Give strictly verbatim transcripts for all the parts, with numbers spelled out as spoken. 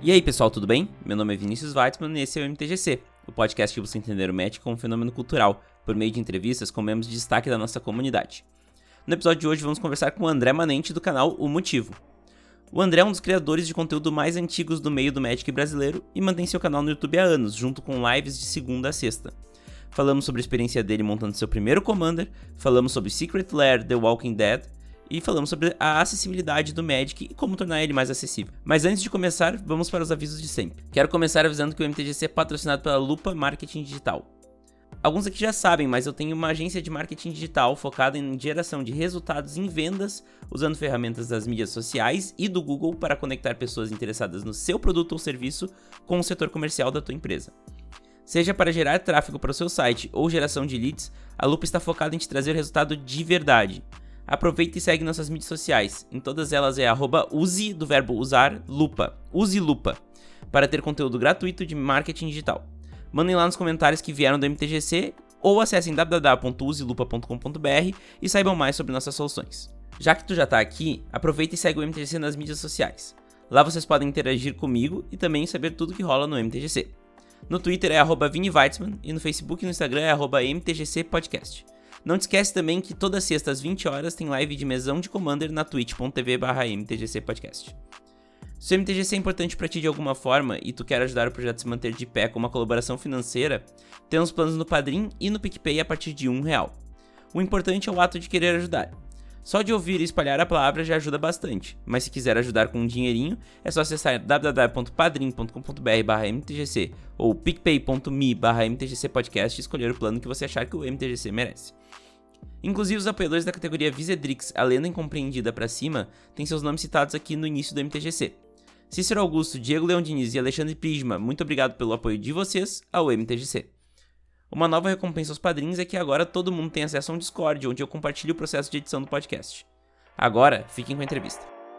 E aí pessoal, tudo bem? Meu nome é Vinícius Weitzman e esse é o M T G C, o podcast que busca entender o Magic como um fenômeno cultural, por meio de entrevistas com membros de destaque da nossa comunidade. No episódio de hoje vamos conversar com o André Manente do canal O Motivo. O André é um dos criadores de conteúdo mais antigos do meio do Magic brasileiro e mantém seu canal no YouTube há anos, junto com lives de segunda a sexta. Falamos sobre a experiência dele montando seu primeiro Commander, falamos sobre Secret Lair The Walking Dead e falamos sobre a acessibilidade do Magic e como tornar ele mais acessível. Mas antes de começar, vamos para os avisos de sempre. Quero começar avisando que o M T G C é patrocinado pela Lupa Marketing Digital. Alguns aqui já sabem, mas eu tenho uma agência de marketing digital focada em geração de resultados em vendas, usando ferramentas das mídias sociais e do Google para conectar pessoas interessadas no seu produto ou serviço com o setor comercial da tua empresa. Seja para gerar tráfego para o seu site ou geração de leads, a Lupa está focada em te trazer resultado de verdade. Aproveita e segue nossas mídias sociais. Em todas elas é arroba use, do verbo usar, lupa. Use Lupa, para ter conteúdo gratuito de marketing digital. Mandem lá nos comentários que vieram do M T G C ou acessem w w w ponto use lupa ponto com ponto b r e saibam mais sobre nossas soluções. Já que tu já tá aqui, aproveita e segue o M T G C nas mídias sociais. Lá vocês podem interagir comigo e também saber tudo que rola no M T G C. No Twitter é arroba Vini Weitzman e no Facebook e no Instagram é arroba M T G C Podcast. Não te esquece também que toda sexta às vinte horas tem live de mesão de Commander na twitch ponto t v barra M T G C Podcast. Se o M T G C é importante pra ti de alguma forma e tu quer ajudar o projeto a se manter de pé com uma colaboração financeira, temos planos no Padrim e no PicPay a partir de um real. O importante é o ato de querer ajudar. Só de ouvir e espalhar a palavra já ajuda bastante, mas se quiser ajudar com um dinheirinho, é só acessar w w w ponto padrim ponto com ponto b r barra M T G C ou picpay ponto me barra M T G C Podcast e escolher o plano que você achar que o M T G C merece. Inclusive os apoiadores da categoria Visedrix, a lenda incompreendida pra cima, têm seus nomes citados aqui no início do M T G C. Cícero Augusto, Diego Leão Diniz e Alexandre Prisma, muito obrigado pelo apoio de vocês ao M T G C. Uma nova recompensa aos padrinhos é que agora todo mundo tem acesso a um Discord, onde eu compartilho o processo de edição do podcast. Agora, fiquem com a entrevista.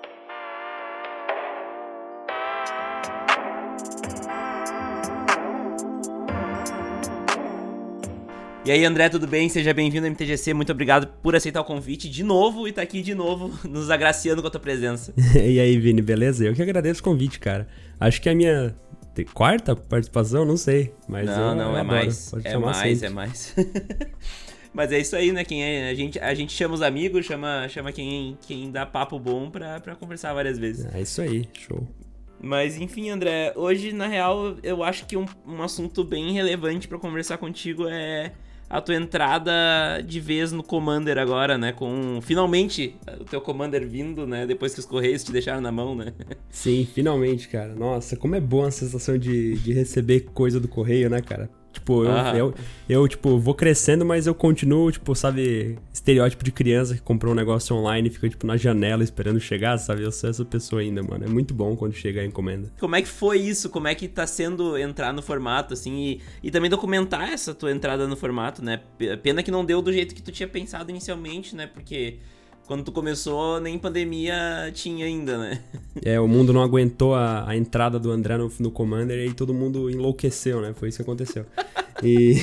E aí, André, tudo bem? Seja bem-vindo ao M T G C, muito obrigado por aceitar o convite de novo e estar aqui de novo, nos agraciando com a tua presença. E aí, Vini, beleza? Eu que agradeço o convite, cara. Acho que é a minha quarta participação, não sei, mas não, eu, não, eu é adoro. mais, Pode é mais, sempre. é mais. Mas é isso aí, né? Quem é, a, gente, a gente chama os amigos, chama, chama quem, quem dá papo bom pra, pra conversar várias vezes. É isso aí, show. Mas enfim, André, hoje, na real, eu acho que um, um assunto bem relevante pra conversar contigo é a tua entrada de vez no Commander agora, né? Com finalmente o teu Commander vindo, né? Depois que os Correios te deixaram na mão, né? Sim, finalmente, cara. Nossa, como é boa a sensação de, de receber coisa do Correio, né, cara? Tipo, eu, ah. eu, eu, tipo, vou crescendo, mas eu continuo, tipo, sabe, estereótipo de criança que comprou um negócio online e fica, tipo, na janela esperando chegar, sabe? Eu sou essa pessoa ainda, mano. É muito bom quando chega a encomenda. Como é que foi isso? Como é que tá sendo entrar no formato, assim, e, e também documentar essa tua entrada no formato, né? Pena que não deu do jeito que tu tinha pensado inicialmente, né? Porque quando tu começou, nem pandemia tinha ainda, né? É, o mundo não aguentou a, a entrada do André no, no Commander e aí todo mundo enlouqueceu, né? Foi isso que aconteceu. E,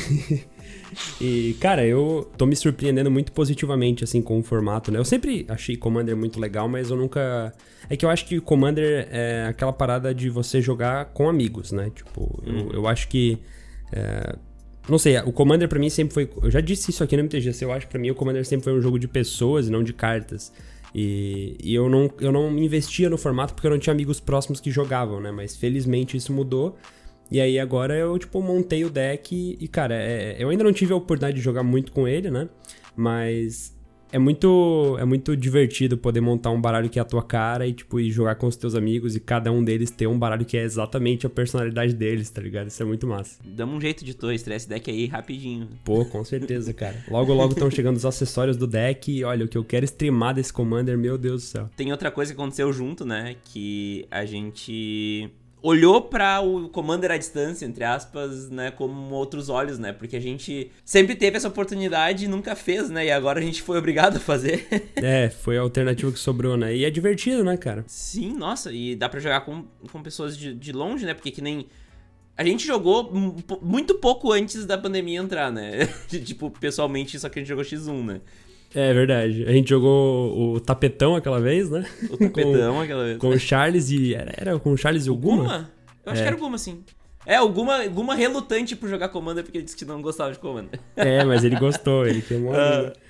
e, cara, eu tô me surpreendendo muito positivamente, assim, com o formato, né? Eu sempre achei Commander muito legal, mas eu nunca... É que eu acho que Commander é aquela parada de você jogar com amigos, né? Tipo, hum. eu, eu acho que... É... Não sei, o Commander pra mim sempre foi... Eu já disse isso aqui no M T G C, eu acho que pra mim o Commander sempre foi um jogo de pessoas e não de cartas. E, e eu, não, eu não investia no formato porque eu não tinha amigos próximos que jogavam, né? Mas felizmente isso mudou. E aí agora eu, tipo, montei o deck e, e cara, é, eu ainda não tive a oportunidade de jogar muito com ele, né? Mas é muito, é muito divertido poder montar um baralho que é a tua cara e, tipo, ir jogar com os teus amigos e cada um deles ter um baralho que é exatamente a personalidade deles, tá ligado? Isso é muito massa. Damos um jeito de tu estrear esse deck aí rapidinho. Pô, com certeza, cara. Logo, logo estão chegando os acessórios do deck e, olha, o que eu quero streamar desse Commander, meu Deus do céu. Tem outra coisa que aconteceu junto, né? Que a gente olhou pra o Commander à distância, entre aspas, né, como outros olhos, né, porque a gente sempre teve essa oportunidade e nunca fez, né, e agora a gente foi obrigado a fazer. É, foi a alternativa que sobrou, né, e é divertido, né, cara? Sim, nossa, e dá pra jogar com, com pessoas de, de longe, né, porque que nem... A gente jogou muito pouco antes da pandemia entrar, né, tipo, pessoalmente, só que a gente jogou xis um, né. É verdade. A gente jogou o tapetão aquela vez, né? O tapetão com, aquela vez. Com o Charles e... Era, era com o Charles e o Guma? Guma? Eu acho é. que era o Guma, sim. É, o Guma, Guma relutante por jogar Commander, porque ele disse que não gostava de Commander. É, mas ele gostou, ele queimou a uh.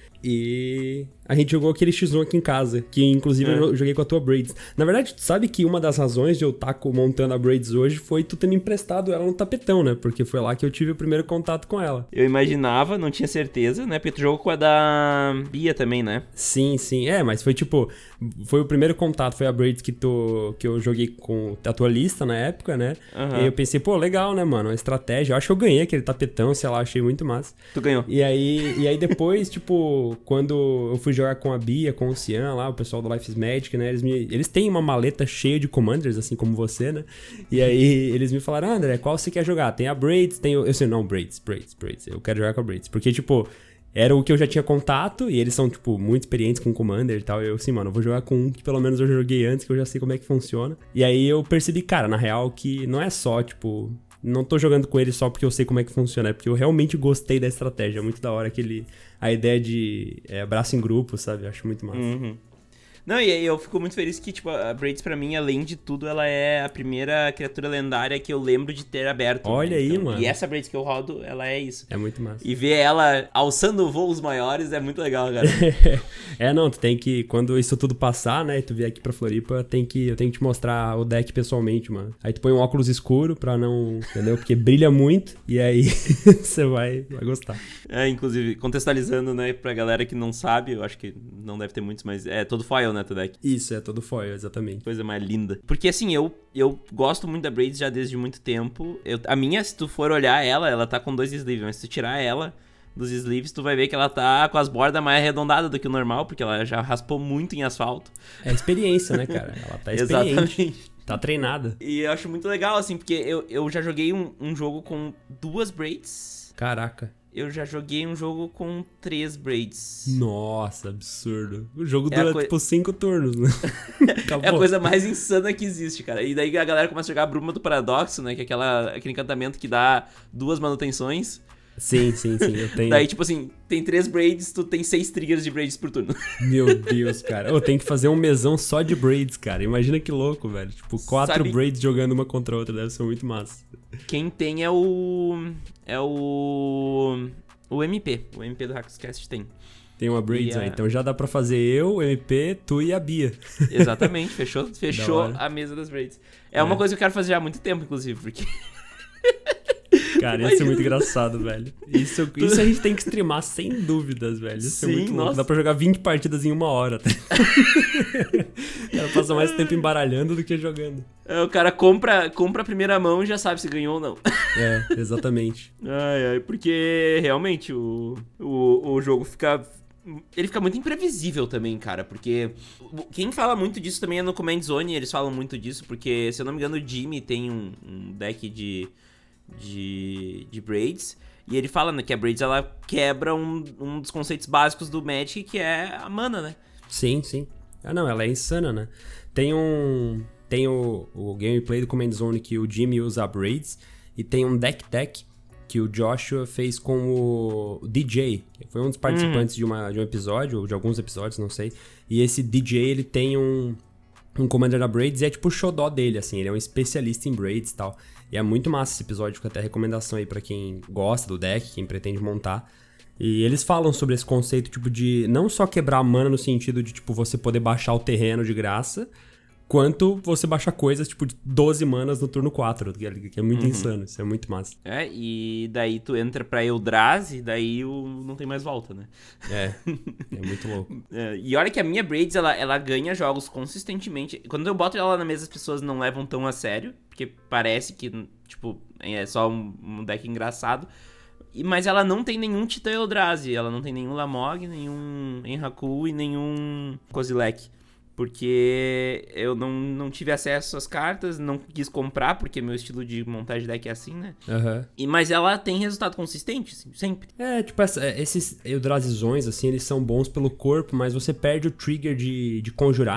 E a gente jogou aquele X um aqui em casa, que inclusive é. eu joguei com a tua Braids. Na verdade, tu sabe que uma das razões de eu estar montando a Braids hoje foi tu ter me emprestado ela no tapetão, né? Porque foi lá que eu tive o primeiro contato com ela. Eu imaginava, não tinha certeza, né? Porque tu jogou com a da Bia também, né? Sim, sim. É, mas foi tipo... Foi o primeiro contato, foi a Braids que, tu, que eu joguei com a tua lista na época, né? Uhum. E aí eu pensei, pô, legal, né, mano? Uma estratégia. Eu acho que eu ganhei aquele tapetão, sei lá, achei muito massa. Tu ganhou. E aí, e aí depois, tipo, quando eu fui jogar com a Bia, com o Cian lá, o pessoal do Life is Magic, né? Eles, me, eles têm uma maleta cheia de commanders, assim como você, né? E aí eles me falaram, ah, André, qual você quer jogar? Tem a Braids, tem o... Eu sei, não, Braids, Braids, Braids. Eu quero jogar com a Braids. Porque, tipo... Era o que eu já tinha contato, e eles são, tipo, muito experientes com Commander e tal. E eu, assim, mano, eu vou jogar com um que pelo menos eu joguei antes, que eu já sei como é que funciona. E aí eu percebi, cara, na real, que não é só, tipo... Não tô jogando com ele só porque eu sei como é que funciona, é porque eu realmente gostei da estratégia. É muito da hora aquele... A ideia de é, abraço em grupo, sabe? Eu acho muito massa. Uhum. Não, e aí eu fico muito feliz que, tipo, a Braids pra mim, além de tudo, ela é a primeira criatura lendária que eu lembro de ter aberto. Olha né? aí, então, mano. E essa Braids que eu rodo, ela é isso. É muito massa. E ver ela alçando voos maiores é muito legal, cara. É, não, tu tem que, quando isso tudo passar, né, e tu vier aqui pra Floripa, tem que, eu tenho que te mostrar o deck pessoalmente, mano. Aí tu põe um óculos escuro pra não, entendeu? Porque brilha muito e aí você vai, vai gostar. É, inclusive, contextualizando, né, pra galera que não sabe, eu acho que não deve ter muitos, mas é todo foil, né, teu deck? Isso, é todo foil, exatamente. Coisa mais linda. Porque, assim, eu, eu gosto muito da Braids já desde muito tempo. Eu, a minha, se tu for olhar ela, ela tá com dois sleeves, mas se tu tirar ela dos sleeves, tu vai ver que ela tá com as bordas mais arredondadas do que o normal, porque ela já raspou muito em asfalto. É experiência, né, cara? Ela tá experiente. Exatamente. Tá treinada. E eu acho muito legal, assim, porque eu, eu já joguei um, um jogo com duas Braids. Caraca. Eu já joguei um jogo com três Braids. Nossa, absurdo. O jogo é dura, coi... tipo, cinco turnos, né? É a coisa mais insana que existe, cara. E daí a galera começa a jogar a Bruma do Paradoxo, né? Que é aquela, aquele encantamento que dá duas manutenções. Sim, sim, sim, eu tenho. Daí, tipo assim, tem três Braids, tu tem seis triggers de Braids por turno. Meu Deus, cara. Eu tenho que fazer um mesão só de Braids, cara. Imagina que louco, velho. Tipo, quatro Sabe... Braids jogando uma contra a outra. Deve ser muito massa. Quem tem é o... É o... O M P. O M P do Hackscast tem. Tem uma Braids, a... aí. Então já dá pra fazer eu, o M P, tu e a Bia. Exatamente. Fechou, fechou a mesa das Braids. É, é uma coisa que eu quero fazer já há muito tempo, inclusive, porque... Cara, isso é muito engraçado, velho. Isso, isso a gente tem que streamar sem dúvidas, velho. Isso Sim, é muito louco. Dá pra jogar vinte partidas em uma hora. Tá? O cara passa mais tempo embaralhando do que jogando. É, o cara compra, compra a primeira mão e já sabe se ganhou ou não. É, exatamente. Ai, ai, porque realmente o, o, o jogo fica... Ele fica muito imprevisível também, cara, porque quem fala muito disso também é no Command Zone, eles falam muito disso, porque, se eu não me engano, o Jimmy tem um, um deck de... De, de Braids. E ele fala, né, que a Braids ela quebra um, um dos conceitos básicos do Magic, que é a mana, né? Sim, sim. Ah, não, ela é insana, né? Tem um... Tem o, o gameplay do Command Zone que o Jimmy usa a Braids. E tem um deck tech que o Joshua fez com o D J. Que foi um dos participantes hum. de, uma, de um episódio, ou de alguns episódios, não sei. E esse D J, ele tem um... Um Commander da Braids e é tipo o xodó dele, assim. Ele é um especialista em Braids e tal. E é muito massa esse episódio, fica até recomendação aí pra quem gosta do deck, quem pretende montar. E eles falam sobre esse conceito, tipo, de não só quebrar a mana no sentido de, tipo, você poder baixar o terreno de graça, quanto você baixa coisas, tipo, de doze manas no turno quatro, que é, que é muito uhum. insano, isso é muito massa. É, e daí tu entra pra Eldrazi, daí o... não tem mais volta, né? É, é muito louco. É, e olha que a minha Braids, ela, ela ganha jogos consistentemente. Quando eu boto ela na mesa, as pessoas não levam tão a sério, porque parece que, tipo, é só um, um deck engraçado. Mas ela não tem nenhum Titã Eldrazi, ela não tem nenhum Lamog, nenhum Enraku e nenhum Kozilek. Porque eu não, não tive acesso às cartas, não quis comprar, porque meu estilo de montagem de deck é assim, né? Uhum. E, mas ela tem resultado consistente, assim, sempre. É, tipo, essa, esses Eldrazizões, assim, eles são bons pelo corpo, mas você perde o trigger de, de conjurar, né?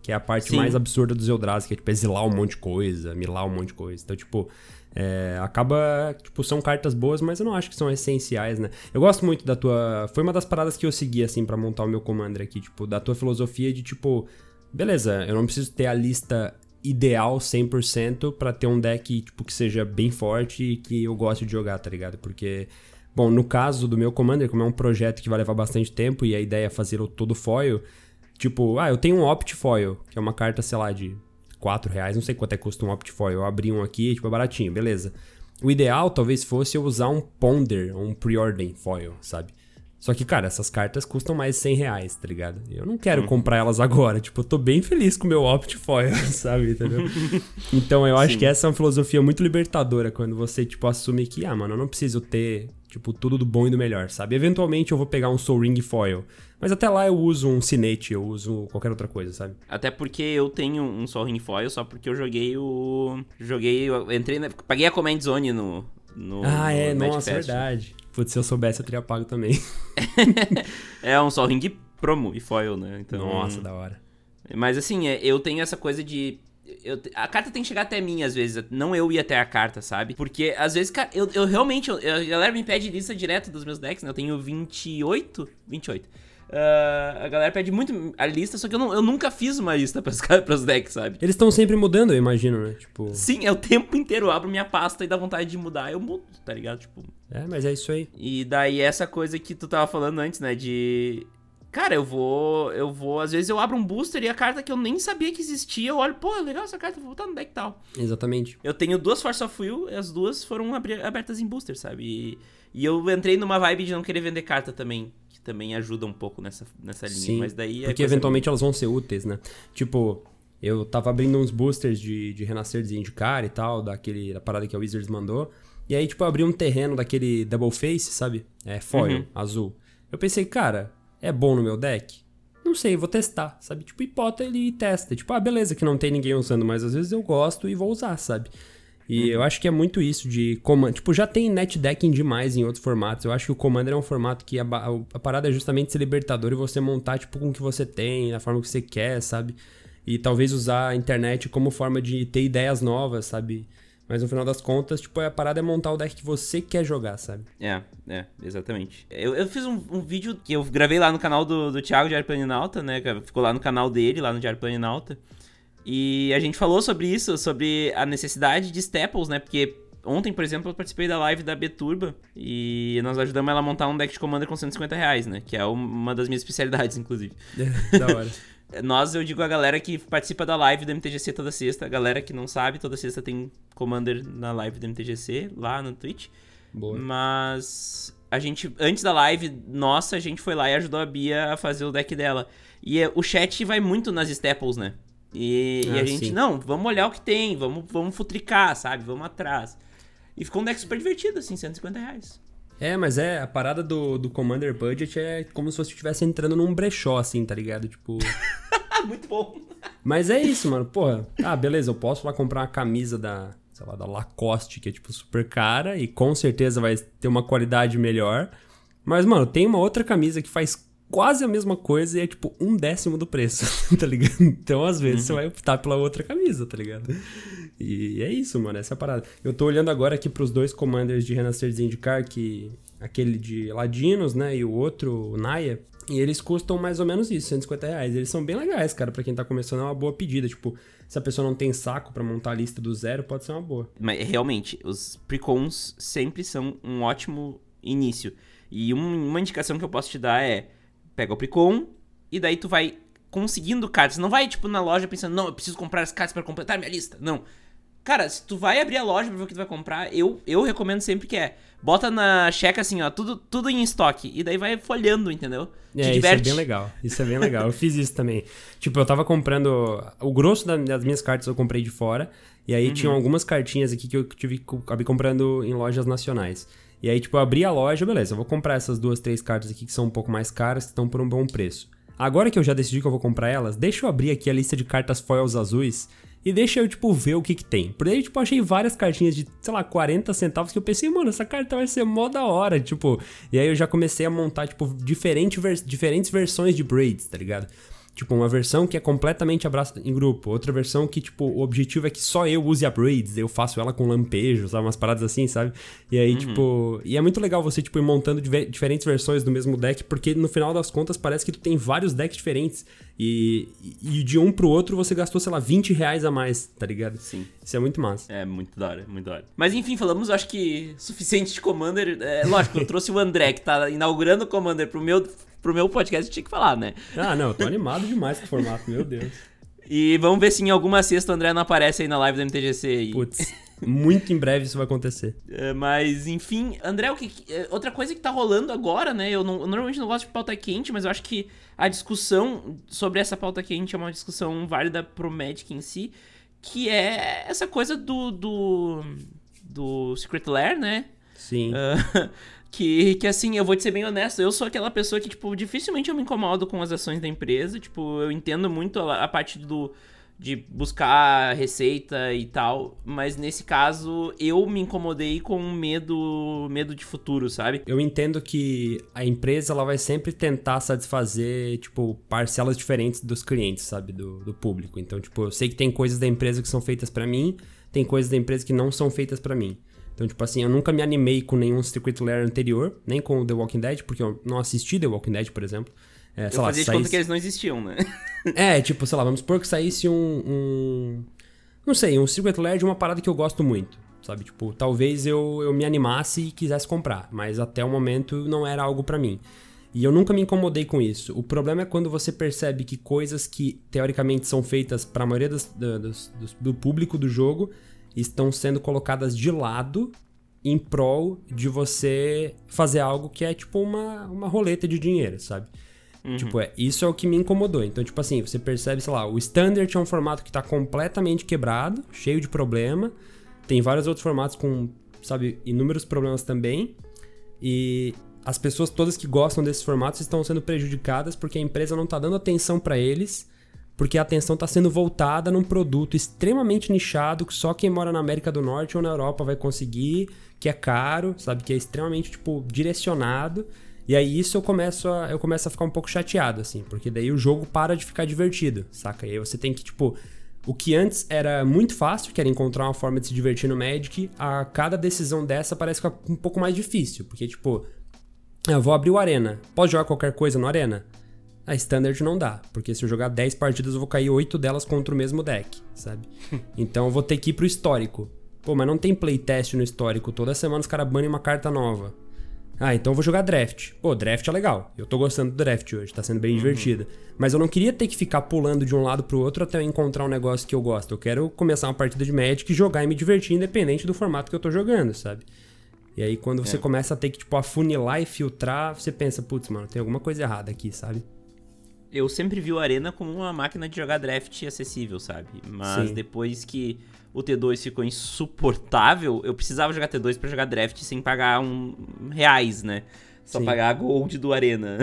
Que é a parte Sim. mais absurda do Eldrazi, que é, tipo, exilar um monte de coisa, milar um monte de coisa. Então, tipo, é, acaba... Tipo, são cartas boas, mas eu não acho que são essenciais, né? Eu gosto muito da tua... Foi uma das paradas que eu segui, assim, pra montar o meu Commander aqui. Tipo, da tua filosofia de, tipo... Beleza, eu não preciso ter a lista ideal cem por cento pra ter um deck, tipo, que seja bem forte e que eu goste de jogar, tá ligado? Porque... Bom, no caso do meu Commander, como é um projeto que vai levar bastante tempo e a ideia é fazer o todo foil, tipo, ah, eu tenho um Opt Foil, que é uma carta, sei lá, de quatro reais, não sei quanto é que custa um Opt Foil, eu abri um aqui, tipo, é baratinho, beleza. O ideal talvez fosse eu usar um Ponder, um Preordain Foil, sabe? Só que, cara, essas cartas custam mais de cem reais, tá ligado? Eu não quero hum. comprar elas agora, tipo, eu tô bem feliz com o meu Opt Foil, sabe, entendeu? Então eu acho Sim. que essa é uma filosofia muito libertadora, quando você, tipo, assume que, ah, mano, eu não preciso ter... Tipo, tudo do bom e do melhor, sabe? Eventualmente eu vou pegar um Sol Ring Foil. Mas até lá eu uso um Sinete, eu uso qualquer outra coisa, sabe? Até porque eu tenho um Sol Ring Foil só porque eu joguei o... Joguei... Eu entrei na... Paguei a Command Zone no... no ah, no é? Magic Nossa, Fest. Verdade. Putz, se eu soubesse eu teria pago também. É um Sol Ring Promo e Foil, né? Então... Nossa, da hora. Mas assim, eu tenho essa coisa de... Eu, a carta tem que chegar até mim, às vezes, não eu ir até a carta, sabe? Porque, às vezes, cara, eu, eu realmente, eu, a galera me pede lista direto dos meus decks, né? Eu tenho vinte e oito, vinte e oito. Uh, a galera pede muito a lista, só que eu, não, eu nunca fiz uma lista pras, pros decks, sabe? Eles estão sempre mudando, eu imagino, né? Tipo... Sim, é o tempo inteiro, eu abro minha pasta e dá vontade de mudar, eu mudo, tá ligado? Tipo... É, mas é isso aí. E daí essa coisa que tu tava falando antes, né? De... Cara, eu vou, eu vou, às vezes eu abro um booster e a carta que eu nem sabia que existia, eu olho, pô, legal essa carta, vou botar no deck e tal. Exatamente. Eu tenho duas Force of Will, e as duas foram abertas em booster, sabe? E, e eu entrei numa vibe de não querer vender carta também, que também ajuda um pouco nessa, nessa linha. Sim, mas daí é porque eventualmente minha. Elas vão ser úteis, né? Tipo, eu tava abrindo uns boosters de, de Renascer de Zendikar e tal, daquele, da parada que a Wizards mandou, e aí, tipo, eu abri um terreno daquele Double Face, sabe? É, foil, uhum. azul. Eu pensei, cara... É bom no meu deck? Não sei, vou testar, sabe? Tipo, hipota ele e testa. Tipo, ah, beleza que não tem ninguém usando, mas às vezes eu gosto e vou usar, sabe? E uhum. eu acho que é muito isso de... Comand... Tipo, já tem net decking demais em outros formatos. Eu acho que o Commander é um formato que a, a parada é justamente ser libertador e você montar, tipo, com o que você tem, da forma que você quer, sabe? E talvez usar a internet como forma de ter ideias novas, sabe? Mas no final das contas, tipo, a parada é montar o deck que você quer jogar, sabe? É, é, exatamente. Eu, eu fiz um, um vídeo que eu gravei lá no canal do, do Thiago de Arplaninauta, né? Ficou lá no canal dele, lá no de Arplaninauta. E a gente falou sobre isso, sobre a necessidade de staples, né? Porque ontem, por exemplo, eu participei da live da B-Turba e nós ajudamos ela a montar um deck de Commander com cento e cinquenta reais, né? Que é uma das minhas especialidades, inclusive. É, da hora. Nós, eu digo a galera que participa da live do M T G C toda sexta. A galera que não sabe, toda sexta tem Commander na live do M T G C, lá no Twitch. Boa. Mas a gente, antes da live nossa, a gente foi lá e ajudou a Bia a fazer o deck dela. E o chat vai muito nas staples, né? E, ah, e a gente, sim. não, vamos olhar o que tem, vamos, vamos futricar, sabe? Vamos atrás. E ficou um deck super divertido, assim, cento e cinquenta reais. É, mas é, a parada do, do Commander Budget é como se você estivesse entrando num brechó, assim, tá ligado? Tipo... Muito bom. Mas é isso, mano. Porra, ah, beleza, eu posso lá comprar uma camisa da, sei lá, da Lacoste, que é, tipo, super cara e com certeza vai ter uma qualidade melhor. Mas, mano, tem uma outra camisa que faz quase a mesma coisa e é, tipo, um décimo do preço, tá ligado? Então, às vezes, uhum. você vai optar pela outra camisa, tá ligado? E é isso, mano, essa é a parada. Eu tô olhando agora aqui pros dois Commanders de Renascer de Zendikar, que... Aquele de Ladinos, né, e o outro, o Naya. E eles custam mais ou menos isso, cento e cinquenta reais. Eles são bem legais, cara, pra quem tá começando é uma boa pedida. Tipo, se a pessoa não tem saco pra montar a lista do zero, pode ser uma boa. Mas, realmente, os precons sempre são um ótimo início. E um, uma indicação que eu posso te dar é... Pega o precon e daí tu vai conseguindo cartas. Não vai, tipo, na loja pensando, não, eu preciso comprar as cartas pra completar minha lista. Não. Cara, se tu vai abrir a loja pra ver o que tu vai comprar, eu, eu recomendo sempre que é... Bota na checa assim, ó, tudo, tudo em estoque. E daí vai folhando, entendeu? É, Te diverte. Isso é bem legal. Isso é bem legal. Eu fiz isso também. Tipo, eu tava comprando... O grosso das minhas cartas eu comprei de fora. E aí uhum. tinham algumas cartinhas aqui que eu tive que acabei comprando em lojas nacionais. E aí, tipo, eu abri a loja, beleza, eu vou comprar essas duas, três cartas aqui que são um pouco mais caras, que estão por um bom preço. Agora que eu já decidi que eu vou comprar elas, deixa eu abrir aqui a lista de cartas foils azuis e deixa eu, tipo, ver o que que tem. Por aí, tipo, eu achei várias cartinhas de, sei lá, quarenta centavos que eu pensei, mano, essa carta vai ser mó da hora, tipo... E aí eu já comecei a montar, tipo, diferente vers- diferentes versões de Braids, tá ligado? Tipo, uma versão que é completamente abraço em grupo. Outra versão que, tipo, o objetivo é que só eu use upgrades. Eu faço ela com lampejo, sabe? Umas paradas assim, sabe? E aí, uhum. tipo... E é muito legal você, tipo, ir montando diver- diferentes versões do mesmo deck, porque no final das contas parece que tu tem vários decks diferentes. E, e de um pro outro você gastou, sei lá, vinte reais a mais, tá ligado? Sim. Isso é muito massa. É, muito da hora, muito da hora. Mas enfim, falamos, acho que, suficiente de Commander. É, lógico, eu trouxe o André, que tá inaugurando o Commander pro meu... Pro meu podcast eu tinha que falar, né? Ah, não, eu tô animado demais com o formato, meu Deus. E vamos ver se em alguma sexta o André não aparece aí na live do M T G C. Aí. Putz, muito em breve isso vai acontecer. É, mas, enfim, André, o que, outra coisa que tá rolando agora, né? Eu, não, eu normalmente não gosto de pauta quente, mas eu acho que a discussão sobre essa pauta quente é uma discussão válida pro Magic em si, que é essa coisa do, do, do Secret Lair, né? Sim. Uh, que, que, assim, eu vou te ser bem honesto, eu sou aquela pessoa que, tipo, dificilmente eu me incomodo com as ações da empresa, tipo, eu entendo muito a, a parte do, de buscar receita e tal, mas nesse caso eu me incomodei com medo, medo de futuro, sabe? Eu entendo que a empresa, ela vai sempre tentar satisfazer, tipo, parcelas diferentes dos clientes, sabe, do, do público. Então, tipo, eu sei que tem coisas da empresa que são feitas pra mim, tem coisas da empresa que não são feitas pra mim. Então, tipo assim, eu nunca me animei com nenhum Secret Lair anterior, nem com o The Walking Dead, porque eu não assisti The Walking Dead, por exemplo. É, sei eu lá, fazia de saísse... conta que eles não existiam, né? É, tipo, sei lá, vamos supor que saísse um, um... Não sei, um Secret Lair de uma parada que eu gosto muito, sabe? Tipo, talvez eu, eu me animasse e quisesse comprar, mas até o momento não era algo pra mim. E eu nunca me incomodei com isso. O problema é quando você percebe que coisas que, teoricamente, são feitas pra maioria dos, dos, dos, do público do jogo... estão sendo colocadas de lado em prol de você fazer algo que é tipo uma, uma roleta de dinheiro, sabe? Uhum. Tipo, é, isso é o que me incomodou. Então, tipo assim, você percebe, sei lá, o Standard é um formato que tá completamente quebrado, cheio de problema. Tem vários outros formatos com, sabe, inúmeros problemas também. E as pessoas todas que gostam desses formatos estão sendo prejudicadas porque a empresa não tá dando atenção pra eles, porque a atenção está sendo voltada num produto extremamente nichado que só quem mora na América do Norte ou na Europa vai conseguir, que é caro, sabe? Que é extremamente, tipo, direcionado. E aí isso eu começo a, eu começo a ficar um pouco chateado, assim, porque daí o jogo para de ficar divertido, saca? E aí você tem que, tipo... O que antes era muito fácil, que era encontrar uma forma de se divertir no Magic, a cada decisão dessa parece ficar um pouco mais difícil. Porque, tipo, eu vou abrir o Arena. Posso jogar qualquer coisa no Arena? A Standard não dá, porque se eu jogar dez partidas eu vou cair oito delas contra o mesmo deck, sabe? Então eu vou ter que ir pro histórico. Pô, mas não tem playtest no histórico, toda semana os caras banem uma carta nova. Ah, então eu vou jogar draft. Pô, draft é legal, eu tô gostando do draft hoje, tá sendo bem uhum. divertido. Mas eu não queria ter que ficar pulando de um lado pro outro até eu encontrar um negócio que eu gosto. Eu quero começar uma partida de Magic e jogar e me divertir independente do formato que eu tô jogando, sabe? E aí quando você é. começa a ter que, tipo, afunilar e filtrar, você pensa, putz, mano, tem alguma coisa errada aqui, sabe? Eu sempre vi o Arena como uma máquina de jogar draft acessível, sabe? Mas Sim. depois que o T dois ficou insuportável, eu precisava jogar T dois pra jogar draft sem pagar um reais, né? Só Sim. pagar a gold do Arena.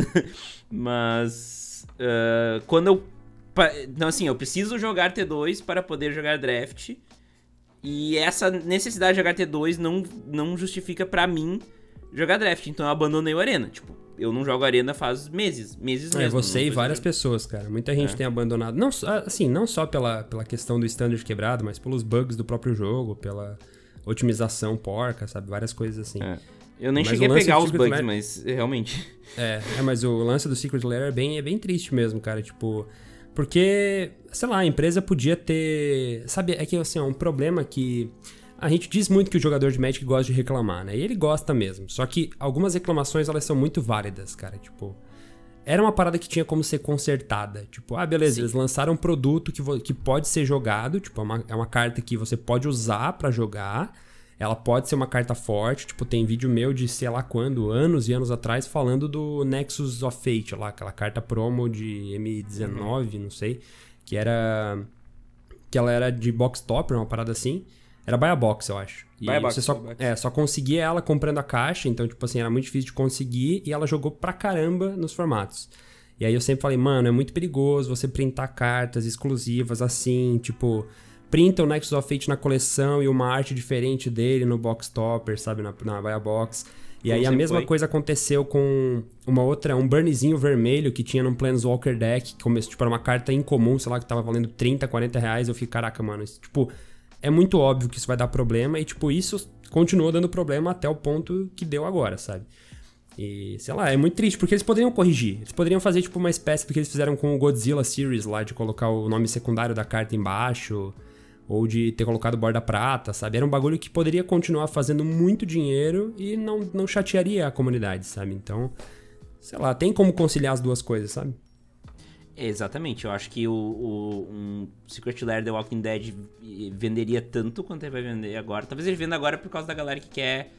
Mas uh, quando eu... Então assim, eu preciso jogar T dois para poder jogar draft. E essa necessidade de jogar T dois não, não justifica pra mim jogar draft. Então eu abandonei o Arena, tipo... Eu não jogo Arena faz meses, meses mesmo. É, você e várias pessoas, cara. Muita gente é. tem abandonado. Não, assim, não só pela, pela questão do standard quebrado, mas pelos bugs do próprio jogo, pela otimização porca, sabe? Várias coisas assim. É. Eu nem mas cheguei a pegar os bugs, Lair... mas realmente... É, é, mas o lance do Secret Lair é bem, é bem triste mesmo, cara. Tipo, porque, sei lá, a empresa podia ter... Sabe, é que assim, é um problema que... A gente diz muito que o jogador de Magic gosta de reclamar, né? E ele gosta mesmo. Só que algumas reclamações, elas são muito válidas, cara. Tipo, era uma parada que tinha como ser consertada. Tipo, ah, beleza, Sim. eles lançaram um produto que, vo- que pode ser jogado. Tipo, é uma, é uma carta que você pode usar pra jogar. Ela pode ser uma carta forte. Tipo, tem vídeo meu de sei lá quando, anos e anos atrás, falando do Nexus of Fate, lá, aquela carta promo de M dezenove, uhum. não sei. Que era... Que ela era de box topper, uma parada assim. Era buy a box, eu acho. E buy a box, você só, box. É, só conseguia ela comprando a caixa, então, tipo assim, era muito difícil de conseguir e ela jogou pra caramba nos formatos. E aí eu sempre falei, mano, é muito perigoso você printar cartas exclusivas assim, tipo... printa o Nexus of Fate na coleção e uma arte diferente dele no box topper, sabe, na, na Vaia Box. E aí a mesma foi. coisa aconteceu com uma outra, um burnzinho vermelho que tinha num Planeswalker deck, que começou, tipo, era uma carta incomum, sei lá, que tava valendo trinta, quarenta reais. Eu fiquei, caraca, mano, isso, tipo, é muito óbvio que isso vai dar problema e, tipo, isso continuou dando problema até o ponto que deu agora, sabe? E, sei lá, é muito triste, porque eles poderiam corrigir. Eles poderiam fazer, tipo, uma espécie do que eles fizeram com o Godzilla Series lá, de colocar o nome secundário da carta embaixo, ou de ter colocado borda prata, sabe? Era um bagulho que poderia continuar fazendo muito dinheiro e não, não chatearia a comunidade, sabe? Então, sei lá, tem como conciliar as duas coisas, sabe? Exatamente, eu acho que o, o um Secret Lair The Walking Dead venderia tanto quanto ele vai vender agora. Talvez ele venda agora por causa da galera que quer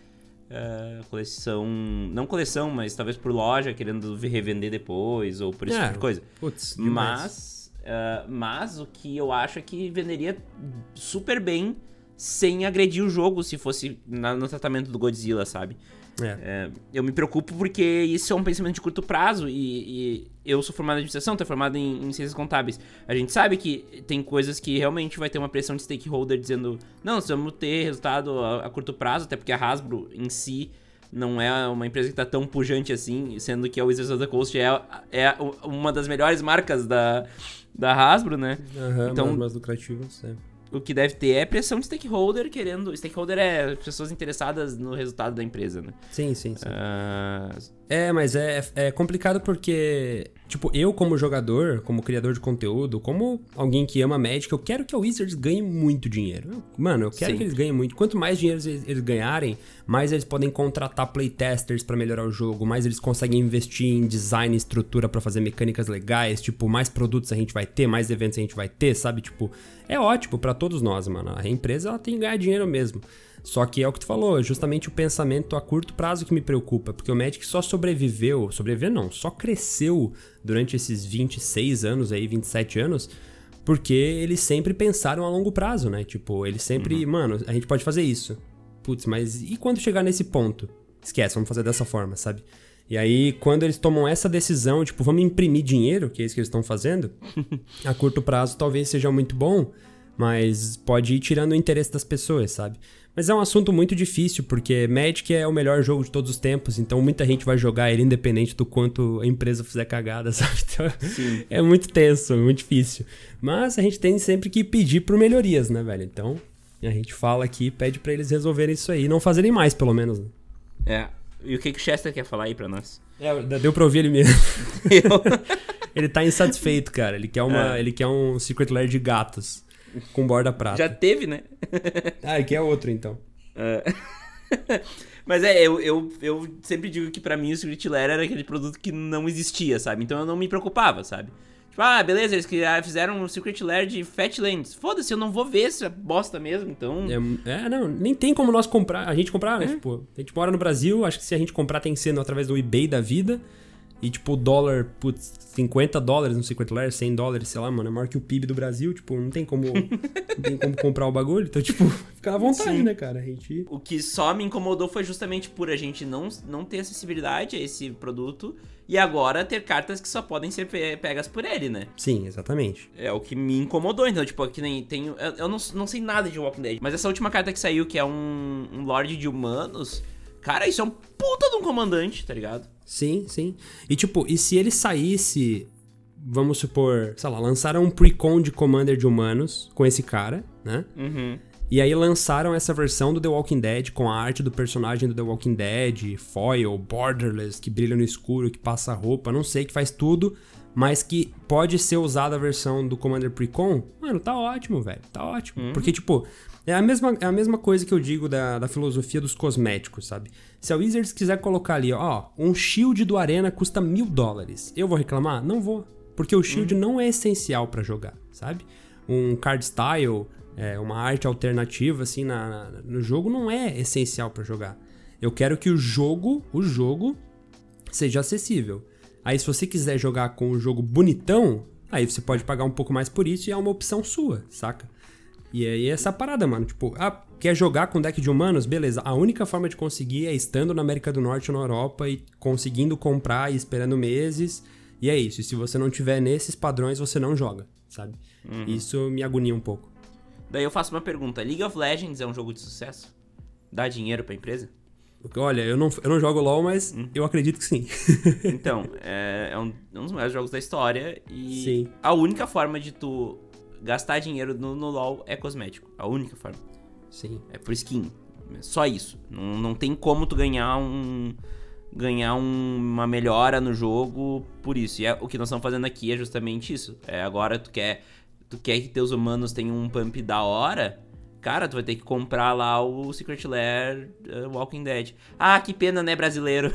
uh, coleção, não coleção, mas talvez por loja, querendo revender depois, ou por esse é, tipo de coisa. Putz, mas... Uh, mas o que eu acho é que venderia super bem sem agredir o jogo, se fosse na, no tratamento do Godzilla, sabe? É. Uh, eu me preocupo porque isso é um pensamento de curto prazo e, e eu sou formado em administração, tô formado em, em ciências contábeis. A gente sabe que tem coisas que realmente vai ter uma pressão de stakeholder dizendo não, nós vamos ter resultado a, a curto prazo, até porque a Hasbro em si não é uma empresa que tá tão pujante assim, sendo que a Wizards of the Coast é, é uma das melhores marcas da, da Hasbro, né? Uhum, então, mais lucrativos, é. O que deve ter é pressão de stakeholder querendo... Stakeholder é pessoas interessadas no resultado da empresa, né? Sim, sim, sim. Uh... É, mas é, é complicado porque... Tipo, eu como jogador, como criador de conteúdo, como alguém que ama Magic, eu quero que a Wizards ganhe muito dinheiro. Mano, eu quero Sim. que eles ganhem muito. Quanto mais dinheiro eles, eles ganharem, mais eles podem contratar playtesters pra melhorar o jogo, mais eles conseguem investir em design e estrutura pra fazer mecânicas legais, tipo, mais produtos a gente vai ter, mais eventos a gente vai ter, sabe? Tipo, é ótimo pra todos nós, mano. A empresa, ela tem que ganhar dinheiro mesmo. Só que é o que tu falou, é justamente o pensamento a curto prazo que me preocupa, porque o Magic só sobreviveu, sobreviveu não, só cresceu durante esses vinte e seis anos aí, vinte e sete anos, porque eles sempre pensaram a longo prazo, né? Tipo, eles sempre, uhum. mano, a gente pode fazer isso. Putz, mas e quando chegar nesse ponto? Esquece, vamos fazer dessa forma, sabe? E aí, quando eles tomam essa decisão, tipo, vamos imprimir dinheiro, que é isso que eles estão fazendo, a curto prazo talvez seja muito bom, mas pode ir tirando o interesse das pessoas, sabe? Mas é um assunto muito difícil, porque Magic é o melhor jogo de todos os tempos, então muita gente vai jogar ele independente do quanto a empresa fizer cagada, sabe? Então, é muito tenso, é muito difícil. Mas a gente tem sempre que pedir por melhorias, né, velho? Então, a gente fala aqui e pede pra eles resolverem isso aí, não fazerem mais, pelo menos. Né? É, e o que, que o Chester quer falar aí pra nós? É, deu pra ouvir ele mesmo. Eu? Ele tá insatisfeito, cara, ele quer, uma, é. ele quer um Secret Lair de gatos. Com borda prata. Já teve, né? Ah, e que é outro, então. Uh... Mas é, eu, eu, eu sempre digo que pra mim o Secret Lair era aquele produto que não existia, sabe? Então eu não me preocupava, sabe? Tipo, ah, beleza, eles fizeram um Secret Lair de Fatlands. Foda-se, eu não vou ver essa bosta mesmo, então... É, é, não, nem tem como nós comprar, a gente comprar, né? É. Tipo, a gente mora no Brasil, acho que se a gente comprar tem que ser através do eBay da vida. E, tipo, o dólar, putz, cinquenta dólares no Secret Lair, cem dólares, sei lá, mano, é maior que o P I B do Brasil, tipo, não tem como, não tem como comprar o bagulho, então, tipo, fica à vontade, Sim. né, cara, a gente... O que só me incomodou foi justamente por a gente não, não ter acessibilidade a esse produto e agora ter cartas que só podem ser pe- pegas por ele, né? Sim, exatamente. É o que me incomodou, então, tipo, que nem tem... Eu, eu não, não sei nada de Walking Dead, mas essa última carta que saiu, que é um, um Lorde de Humanos, cara, isso é um puta de um comandante, tá ligado? Sim, sim. E tipo, e se ele saísse, vamos supor, sei lá, lançaram um pre-con de Commander de humanos com esse cara, né? Uhum. E aí lançaram essa versão do The Walking Dead com a arte do personagem do The Walking Dead, foil, borderless, que brilha no escuro, que passa roupa, não sei, que faz tudo, mas que pode ser usada a versão do Commander pre-con. Mano, tá ótimo, velho, tá ótimo. Uhum. Porque, tipo... É a mesma, é a mesma coisa que eu digo da, da filosofia dos cosméticos, sabe? Se a Wizards quiser colocar ali, ó, um shield do Arena custa mil dólares, eu vou reclamar? Não vou. Porque o shield uhum. não é essencial pra jogar, sabe? Um card style, é, uma arte alternativa, assim, na, na, no jogo não é essencial pra jogar. Eu quero que o jogo, o jogo, seja acessível. Aí se você quiser jogar com o jogo bonitão, aí você pode pagar um pouco mais por isso e é uma opção sua, saca? E aí essa parada, mano, tipo, ah, quer jogar com deck de humanos? Beleza, a única forma de conseguir é estando na América do Norte ou na Europa e conseguindo comprar e esperando meses, e é isso. E se você não tiver nesses padrões, você não joga, sabe? Uhum. Isso me agonia um pouco. Daí eu faço uma pergunta. League of Legends é um jogo de sucesso? Dá dinheiro pra empresa? Olha, eu não, eu não jogo LoL, mas hum. eu acredito que sim. Então, é, é um, um dos maiores jogos da história e sim. a única forma de tu gastar dinheiro no, no LoL é cosmético. A única forma. Sim. É por skin. Só isso. Não, não tem como tu ganhar um... ganhar um, uma melhora no jogo por isso. E é, o que nós estamos fazendo aqui é justamente isso. É, agora tu quer, tu quer que teus humanos tenham um pump da hora, cara, tu vai ter que comprar lá o Secret Lair uh, Walking Dead. Ah, que pena, né, brasileiro?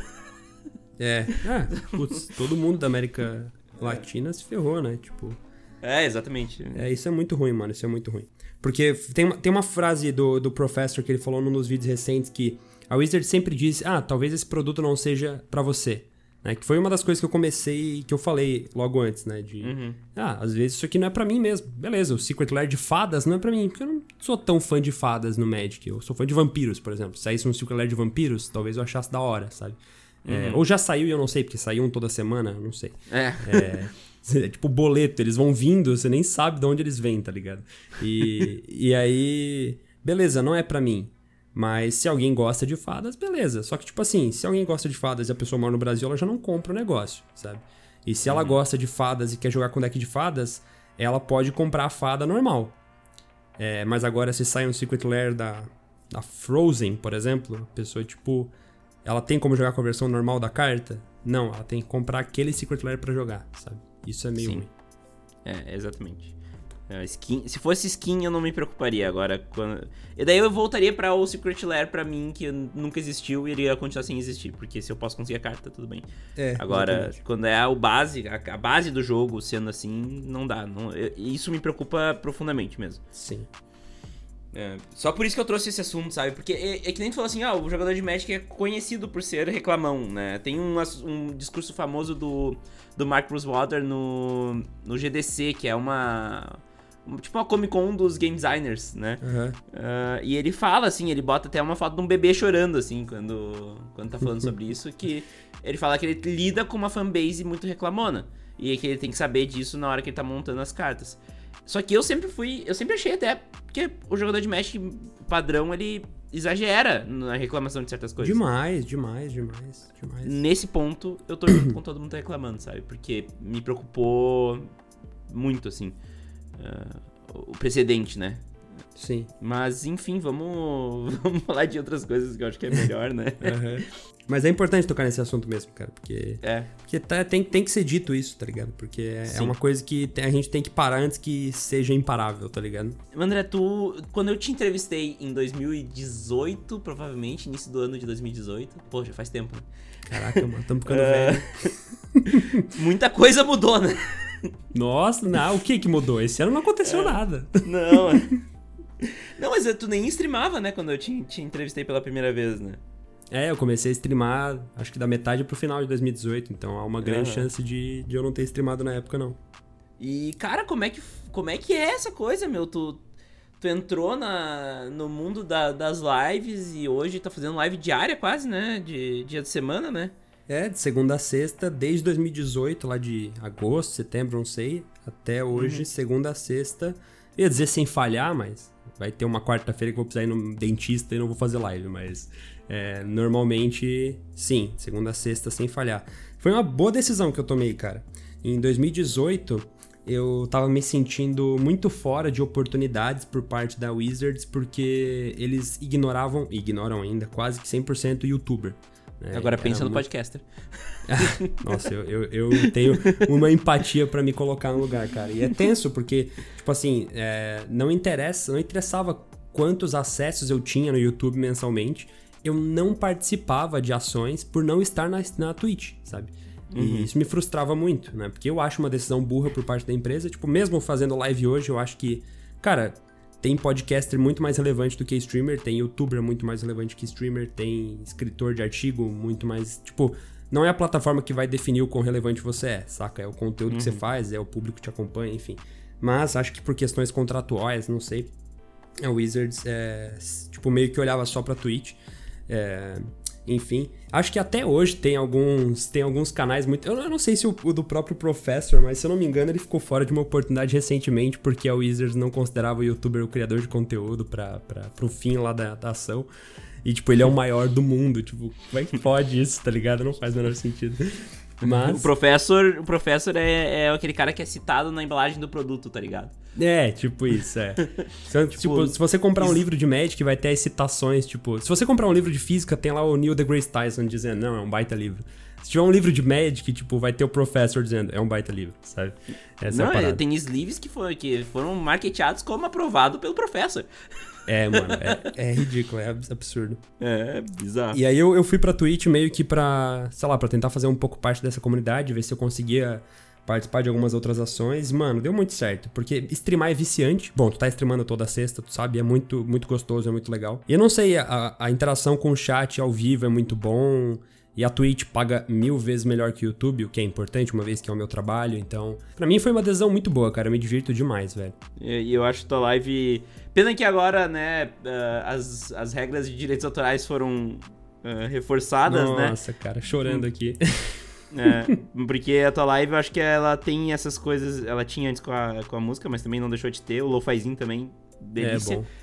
É, ah, putz, todo mundo da América Latina se ferrou, né? Tipo... É, exatamente. É, isso é muito ruim, mano, isso é muito ruim. Porque tem uma, tem uma frase do, do Professor que ele falou num dos vídeos recentes que a Wizard sempre diz, ah, talvez esse produto não seja pra você, né? Que foi uma das coisas que eu comecei, que eu falei logo antes, né? De, uhum. ah, às vezes isso aqui não é pra mim mesmo. Beleza, o Secret Lair de fadas não é pra mim, porque eu não sou tão fã de fadas no Magic. Eu sou fã de vampiros, por exemplo. Se saísse um Secret Lair de vampiros, talvez eu achasse da hora, sabe? Uhum. É, ou já saiu e eu não sei, porque saiu um toda semana, eu não sei. É. É... É tipo boleto, eles vão vindo, você nem sabe de onde eles vêm, tá ligado? E, e aí, beleza, não é pra mim. Mas se alguém gosta de fadas, beleza. Só que, tipo assim, se alguém gosta de fadas e a pessoa mora no Brasil, ela já não compra o negócio, sabe? E se ela uhum. gosta de fadas e quer jogar com deck de fadas, ela pode comprar a fada normal. É, mas agora, se sai um Secret Lair da, da Frozen, por exemplo, a pessoa, tipo... Ela tem como jogar com a versão normal da carta? Não, ela tem que comprar aquele Secret Lair pra jogar, sabe? Isso é meio Sim. ruim. É, exatamente. É, skin, se fosse skin, eu não me preocuparia. Agora, quando... E daí eu voltaria pra o Secret Lair pra mim, que nunca existiu e iria continuar sem existir. Porque se eu posso conseguir a carta, tudo bem. É, agora, exatamente. Quando é o base, a, a base do jogo sendo assim, não dá. Não, eu, isso me preocupa profundamente mesmo. Sim. É, só por isso que eu trouxe esse assunto, sabe? Porque é, é que nem tu falou assim, ah, o jogador de Magic é conhecido por ser reclamão, né? Tem um, um discurso famoso do, do Mark Rosewater no, no G D C, que é uma... tipo uma Comic Con dos game designers, né? Uhum. Uh, e ele fala, assim, ele bota até uma foto de um bebê chorando, assim, quando, quando tá falando sobre isso, que ele fala que ele lida com uma fanbase muito reclamona, e que ele tem que saber disso na hora que ele tá montando as cartas. Só que eu sempre fui, eu sempre achei até que o jogador de Magic padrão, ele exagera na reclamação de certas coisas. Demais, demais, demais, demais. Nesse ponto, eu tô junto com todo mundo tá reclamando, sabe? Porque me preocupou muito, assim, uh, o precedente, né? Sim. Mas, enfim, vamos, vamos falar de outras coisas que eu acho que é melhor, né? Uhum. Mas é importante tocar nesse assunto mesmo, cara, porque, é. porque tá, tem, tem que ser dito isso, tá ligado? Porque é, é uma coisa que a gente tem que parar antes que seja imparável, tá ligado? André, tu, quando eu te entrevistei em dois mil e dezoito, provavelmente, início do ano de dois mil e dezoito, poxa, faz tempo, né? Caraca, mano, estamos ficando velho. Muita coisa mudou, né? Nossa, não, o que que mudou? Esse ano não aconteceu é. nada. Não, não, mas tu nem streamava, né, quando eu te, te entrevistei pela primeira vez, né? É, eu comecei a streamar, acho que da metade pro final de dois mil e dezoito, então há uma grande uhum. chance de, de eu não ter streamado na época, não. E, cara, como é que, como é, que é essa coisa, meu? Tu, tu entrou na, no mundo da, das lives e hoje tá fazendo live diária quase, né? De dia de semana, né? É, de segunda a sexta, desde dois mil e dezoito, lá de agosto, setembro, não sei, até hoje, uhum. segunda a sexta. Eu ia dizer sem falhar, mas vai ter uma quarta-feira que eu vou precisar ir no dentista e não vou fazer live, mas... É, normalmente, sim, segunda a sexta sem falhar. Foi uma boa decisão que eu tomei, cara. Em dois mil e dezoito, eu tava me sentindo muito fora de oportunidades por parte da Wizards, porque eles ignoravam, ignoram ainda, quase que cem por cento youtuber. Né? Agora pensa Era no uma... podcaster. Nossa, eu, eu, eu tenho uma empatia pra me colocar no lugar, cara. E é tenso, porque, tipo assim, é, não interessa, não interessava quantos acessos eu tinha no YouTube mensalmente. Eu não participava de ações por não estar na, na Twitch, sabe? E uhum. isso me frustrava muito, né? Porque eu acho uma decisão burra por parte da empresa. Tipo, mesmo fazendo live hoje, eu acho que... Cara, tem podcaster muito mais relevante do que streamer. Tem youtuber muito mais relevante que streamer. Tem escritor de artigo muito mais... Tipo, não é a plataforma que vai definir o quão relevante você é, saca? É o conteúdo uhum. que você faz, é o público que te acompanha, enfim. Mas acho que por questões contratuais, não sei... A Wizards, é, tipo, meio que olhava só pra Twitch. É, Enfim, acho que até hoje tem alguns, tem alguns canais muito... Eu não sei se o, o do próprio Professor, mas se eu não me engano ele ficou fora de uma oportunidade recentemente porque a Wizards não considerava o youtuber o criador de conteúdo pra, pra, pro fim lá da, da ação. E, tipo, ele é o maior do mundo. Tipo, como é que pode isso, tá ligado? Não faz o menor sentido. Mas... O professor, o professor é, é aquele cara que é citado na embalagem do produto, tá ligado? É, tipo isso, é. Se, tipo, tipo, se você comprar um isso. livro de Magic, vai ter as citações, tipo... Se você comprar um livro de física, tem lá o Neil deGrasse Tyson dizendo, não, é um baita livro. Se tiver um livro de Magic, tipo, vai ter o Professor dizendo, é um baita livro, sabe? Essa não, é a parada. Tem sleeves que, foi, que foram marketeados como aprovado pelo Professor. É, mano, é, é ridículo, é absurdo. É, bizarro. E aí eu, eu fui pra Twitch meio que pra, sei lá, pra tentar fazer um pouco parte dessa comunidade, ver se eu conseguia participar de algumas outras ações. Mano, deu muito certo, porque streamar é viciante. Bom, tu tá streamando toda sexta, tu sabe, é muito, muito gostoso, é muito legal. E eu não sei, a, a interação com o chat ao vivo é muito bom... E a Twitch paga mil vezes melhor que o YouTube, o que é importante, uma vez que é o meu trabalho. Então, pra mim foi uma decisão muito boa, cara. Eu me divirto demais, velho. E eu acho que tua live... Pena que agora, né, as, as regras de direitos autorais foram uh, reforçadas, Nossa, né? Nossa, cara, chorando aqui. É, porque a tua live, eu acho que ela tem essas coisas... Ela tinha antes com a, com a música, mas também não deixou de ter. O Lo-Fizinho também, delícia. É bom.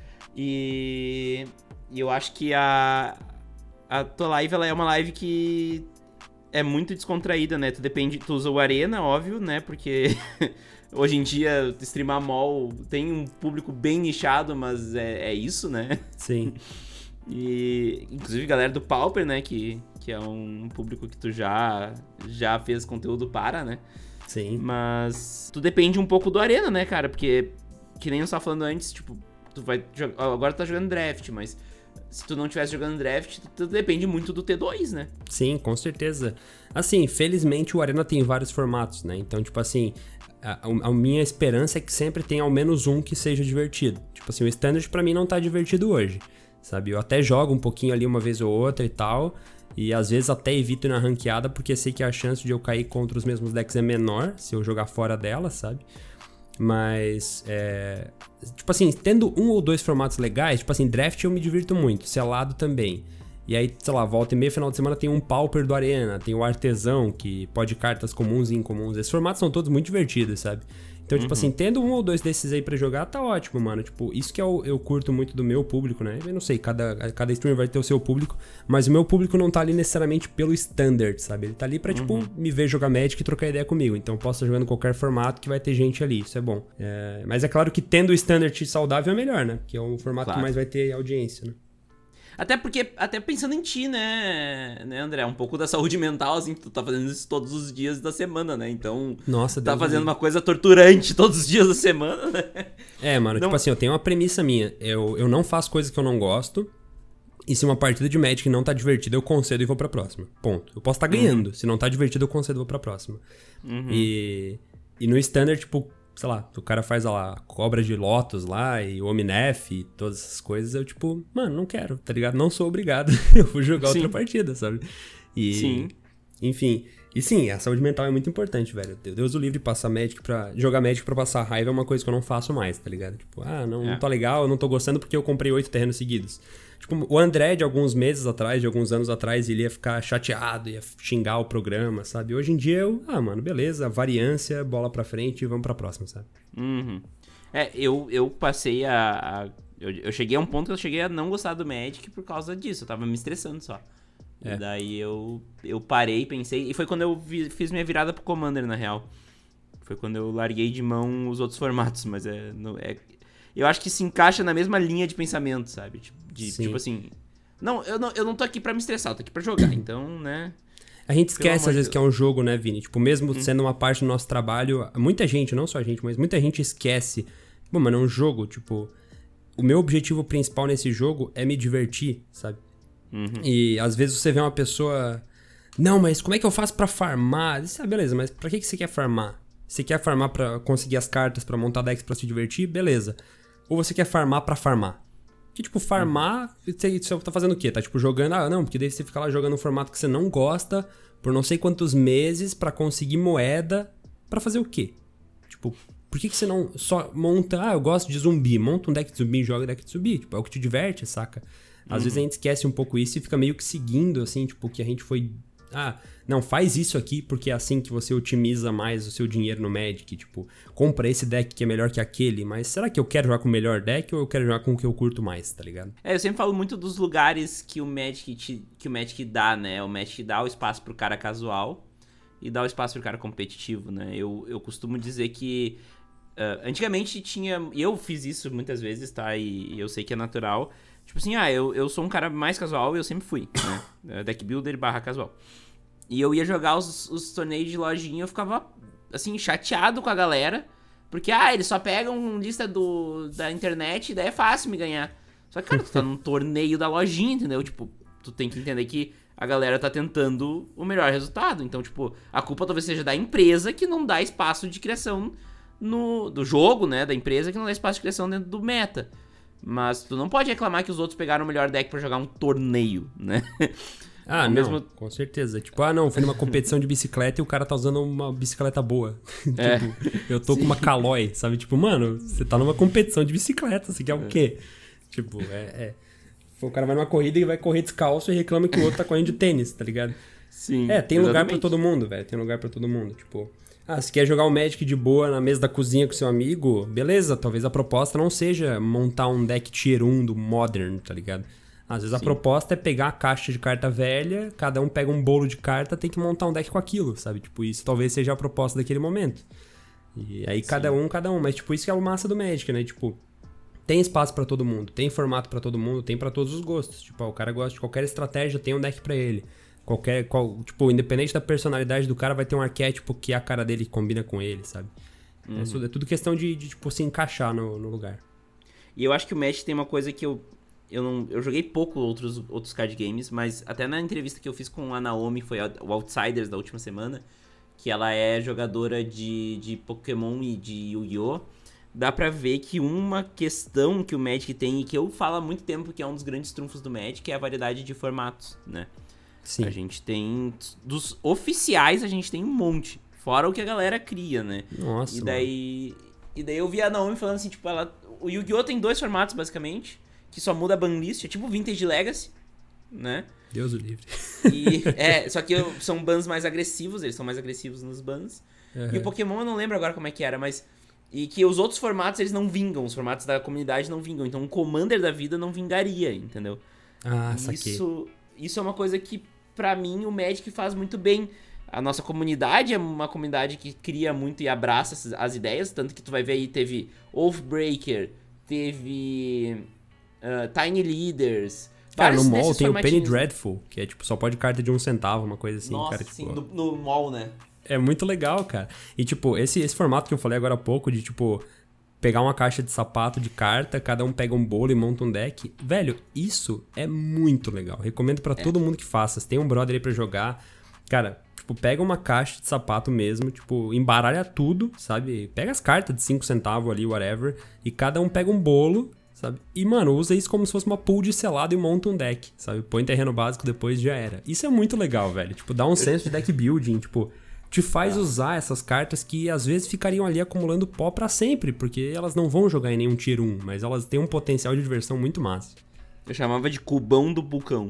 E, e eu acho que a... A tua live, ela é uma live que é muito descontraída, né? Tu depende, tu usa o Arena, óbvio, né? Porque hoje em dia, streamar mol tem um público bem nichado, mas é, é isso, né? Sim. E, inclusive, galera do Pauper, né? Que, que é um público que tu já, já fez conteúdo para, né? Sim. Mas tu depende um pouco do Arena, né, cara? Porque, que nem eu estava falando antes, tipo, tu vai... Agora tu tá jogando draft, mas... Se tu não estivesse jogando draft, tu, tu depende muito do T dois, né? Sim, com certeza. Assim, felizmente o Arena tem vários formatos, né? Então, tipo assim, a, a minha esperança é que sempre tenha ao menos um que seja divertido. Tipo assim, o Standard pra mim não tá divertido hoje, sabe? Eu até jogo um pouquinho ali uma vez ou outra e tal, e às vezes até evito ir na ranqueada porque sei que a chance de eu cair contra os mesmos decks é menor se eu jogar fora dela, sabe? Mas, é... tipo assim, tendo um ou dois formatos legais, tipo assim, draft eu me divirto muito, selado também. E aí, sei lá, volta e meia, final de semana tem um Pauper do Arena, tem o Artesão, que pode cartas comuns e incomuns. Esses formatos são todos muito divertidos, sabe? Então, tipo uhum. assim, tendo um ou dois desses aí pra jogar, tá ótimo, mano. Tipo, isso que eu, eu curto muito do meu público, né? Eu não sei, cada, cada streamer vai ter o seu público, mas o meu público não tá ali necessariamente pelo standard, sabe? Ele tá ali pra, uhum. tipo, me ver jogar Magic e trocar ideia comigo. Então, eu posso estar jogando qualquer formato que vai ter gente ali, isso é bom. É, mas é claro que tendo o standard saudável é melhor, né? Porque é o formato claro. que mais vai ter audiência, né? Até porque, até pensando em ti, né, né, André? Um pouco da saúde mental, assim, que tu tá fazendo isso todos os dias da semana, né? Então, Nossa, tá Deus fazendo Deus. uma coisa torturante todos os dias da semana, né? É, mano, não... tipo assim, eu tenho uma premissa minha. Eu, eu não faço coisas que eu não gosto. E se uma partida de Magic não tá divertida, eu concedo e vou pra próxima. Ponto. Eu posso estar tá ganhando. Uhum. Se não tá divertido, eu concedo e vou pra próxima. Uhum. E, e no Standard, tipo... Sei lá, o cara faz lá, Cobra de Lotus lá e o Omnef e todas essas coisas, eu tipo, mano, não quero, tá ligado? Não sou obrigado, eu vou jogar sim. outra partida, sabe? E, sim. Enfim, e sim, a saúde mental é muito importante, velho. Deus o livre, passar Magic pra... Jogar Magic pra passar raiva é uma coisa que eu não faço mais, tá ligado? Tipo, ah, não, é. não tô legal, eu não tô gostando porque eu comprei oito terrenos seguidos. Tipo, o André, de alguns meses atrás, de alguns anos atrás, ele ia ficar chateado, ia xingar o programa, sabe? Hoje em dia eu, ah, mano, beleza, variância, bola pra frente e vamos pra próxima, sabe? Uhum. É, eu, eu passei a... a eu, eu cheguei a um ponto que eu cheguei a não gostar do Magic por causa disso, eu tava me estressando só. É. E daí eu, eu parei, pensei, e foi quando eu vi, fiz minha virada pro Commander, na real. Foi quando eu larguei de mão os outros formatos, mas é... Não, é eu acho que se encaixa na mesma linha de pensamento, sabe? De, tipo assim... Não eu, não, eu não tô aqui pra me estressar, eu tô aqui pra jogar, então, né... A gente esquece às vezes que é um jogo, né, Vini? Tipo, mesmo hum. sendo uma parte do nosso trabalho, muita gente, não só a gente, mas muita gente esquece. Bom, mano, é um jogo, tipo... O meu objetivo principal nesse jogo é me divertir, sabe? Uhum. E às vezes você vê uma pessoa... Não, mas como é que eu faço pra farmar? Ah, beleza, mas pra que que você quer farmar? Você quer farmar pra conseguir as cartas, pra montar decks pra se divertir? Beleza. Ou você quer farmar pra farmar? Que, tipo, farmar, você, você tá fazendo o quê? Tá, tipo, jogando... Ah, não, porque daí você fica lá jogando um formato que você não gosta por não sei quantos meses pra conseguir moeda pra fazer o quê? Tipo, por que que você não só monta... Ah, eu gosto de zumbi. Monta um deck de zumbi e joga deck de zumbi. Tipo, é o que te diverte, saca? Às uhum. vezes a gente esquece um pouco isso e fica meio que seguindo, assim, tipo, que a gente foi... Ah, não, faz isso aqui porque é assim que você otimiza mais o seu dinheiro no Magic. Tipo, compra esse deck que é melhor que aquele, mas será que eu quero jogar com o melhor deck ou eu quero jogar com o que eu curto mais, tá ligado? É, eu sempre falo muito dos lugares que o Magic, te, que o Magic dá, né? O Magic dá o espaço pro cara casual e dá o espaço pro cara competitivo, né? Eu, eu costumo dizer que uh, antigamente tinha... E eu fiz isso muitas vezes, tá? E, e eu sei que é natural. Tipo assim, ah, eu, eu sou um cara mais casual e eu sempre fui, né? Deck builder barra casual. E eu ia jogar os, os torneios de lojinha, eu ficava, assim, chateado com a galera. Porque, ah, eles só pegam lista do, da internet e daí é fácil me ganhar. Só que, cara, tu tá num torneio da lojinha, entendeu? Tipo, tu tem que entender que a galera tá tentando o melhor resultado. Então, tipo, a culpa talvez seja da empresa que não dá espaço de criação no, do jogo, né? Da empresa que não dá espaço de criação dentro do meta. Mas tu não pode reclamar que os outros pegaram o melhor deck pra jogar um torneio, né? Ah, não, mesmo... com certeza. Tipo, ah, não, fui numa competição de bicicleta e o cara tá usando uma bicicleta boa. É. Tipo, eu tô Sim. com uma Caloi, sabe? Tipo, mano, você tá numa competição de bicicleta, você quer é. o quê? Tipo, é, é... O cara vai numa corrida e vai correr descalço e reclama que o outro tá correndo de tênis, tá ligado? Sim, É, tem exatamente. lugar pra todo mundo, velho. Tem lugar pra todo mundo. Tipo, ah, se quer jogar o Magic de boa na mesa da cozinha com seu amigo, beleza, talvez a proposta não seja montar um deck tier um do Modern, tá ligado? Às vezes Sim. a proposta é pegar a caixa de carta velha, cada um pega um bolo de carta, tem que montar um deck com aquilo, sabe? Tipo, isso talvez seja a proposta daquele momento. E aí Sim. cada um, cada um. Mas, tipo, isso que é o massa do Magic, né? Tipo, tem espaço pra todo mundo, tem formato pra todo mundo, tem pra todos os gostos. Tipo, ó, o cara gosta de qualquer estratégia, tem um deck pra ele. Qualquer, qual, tipo, independente da personalidade do cara, vai ter um arquétipo que é a cara dele que combina com ele, sabe? Uhum. É, é tudo questão de, de, tipo, se encaixar no, no lugar. E eu acho que o Magic tem uma coisa que eu... Eu, não, eu joguei pouco outros, outros card games, mas até na entrevista que eu fiz com a Naomi, foi a, o Outsiders da última semana, que ela é jogadora de, de Pokémon e de Yu-Gi-Oh! Dá pra ver que uma questão que o Magic tem, e que eu falo há muito tempo que é um dos grandes trunfos do Magic, é a variedade de formatos, né? Sim. A gente tem... Dos oficiais, a gente tem um monte. Fora o que a galera cria, né? Nossa, E daí, mano. E daí eu vi a Naomi falando assim, tipo, ela... O Yu-Gi-Oh! Tem dois formatos, basicamente, que só muda a banlist, é tipo Vintage Legacy, né? Deus o livre. E, é, só que são bans mais agressivos, eles são mais agressivos nos bans. Uhum. E o Pokémon eu não lembro agora como é que era, mas... E que os outros formatos, eles não vingam, os formatos da comunidade não vingam. Então, um Commander da vida não vingaria, entendeu? Ah, saquei. Isso, isso é uma coisa que, pra mim, o Magic faz muito bem. A nossa comunidade é uma comunidade que cria muito e abraça as, as ideias, tanto que tu vai ver aí, teve Oathbreaker, teve uh, Tiny Leaders... Cara, no mall tem o Penny Dreadful, que é tipo, só pode carta de um centavo, uma coisa assim. Nossa, cara, tipo, sim, no, no mall, né? É muito legal, cara. E, tipo, esse, esse formato que eu falei agora há pouco, de, tipo, pegar uma caixa de sapato de carta, cada um pega um bolo e monta um deck. Velho, isso é muito legal. Recomendo pra é. todo mundo que faça. Se tem um brother aí pra jogar, cara, tipo, pega uma caixa de sapato mesmo, tipo, embaralha tudo, sabe? Pega as cartas de cinco centavos ali, whatever, e cada um pega um bolo, sabe? E, mano, usa isso como se fosse uma pool de selado e monta um deck, sabe? Põe terreno básico, depois já era. Isso é muito legal, velho. Tipo, dá um senso de deck building, tipo... te faz usar essas cartas que às vezes ficariam ali acumulando pó pra sempre, porque elas não vão jogar em nenhum tier um, mas elas têm um potencial de diversão muito massa. Eu chamava de cubão do bucão.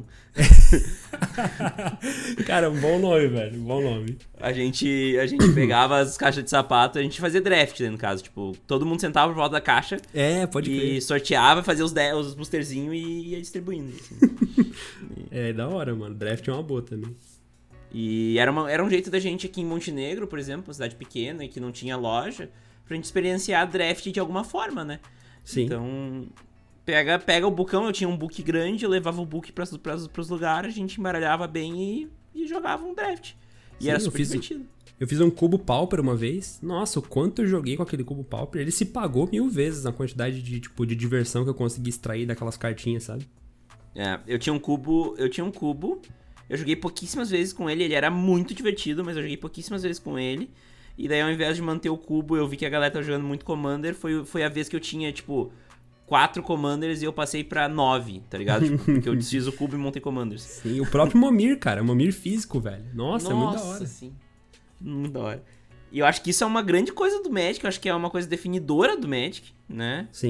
Cara, um bom nome, velho, um bom nome. A gente, a gente pegava as caixas de sapato, a gente fazia draft, né, no caso, tipo, todo mundo sentava por volta da caixa. É, pode e crer. E sorteava, fazia os, de- os boosterzinhos e ia distribuindo. Assim. É, da hora, mano, draft é uma boa também. E era, uma, era um jeito da gente aqui em Montenegro, por exemplo, uma cidade pequena e que não tinha loja, pra gente experienciar draft de alguma forma, né? Sim. Então, pega, pega o bucão, eu tinha um book grande, eu levava o book pras, pras, pros lugares, a gente embaralhava bem e, e jogava um draft. E Sim, era super eu fiz, divertido. Eu fiz um cubo Pauper uma vez. Nossa, o quanto eu joguei com aquele cubo Pauper. Ele se pagou mil vezes na quantidade de, tipo, de diversão que eu consegui extrair daquelas cartinhas, sabe? É, eu tinha um cubo, eu tinha um cubo... Eu joguei pouquíssimas vezes com ele, ele era muito divertido, mas eu joguei pouquíssimas vezes com ele. E daí, ao invés de manter o cubo, eu vi que a galera tá jogando muito Commander. Foi, foi a vez que eu tinha, tipo, quatro Commanders e eu passei pra nove, tá ligado? Tipo, porque eu desfiz o cubo e montei Commanders. Sim, o próprio Momir, cara. O Momir físico, velho. Nossa, Nossa, é muito da hora. Sim. Muito da hora. E eu acho que isso é uma grande coisa do Magic. Eu acho que é uma coisa definidora do Magic, né? Sim.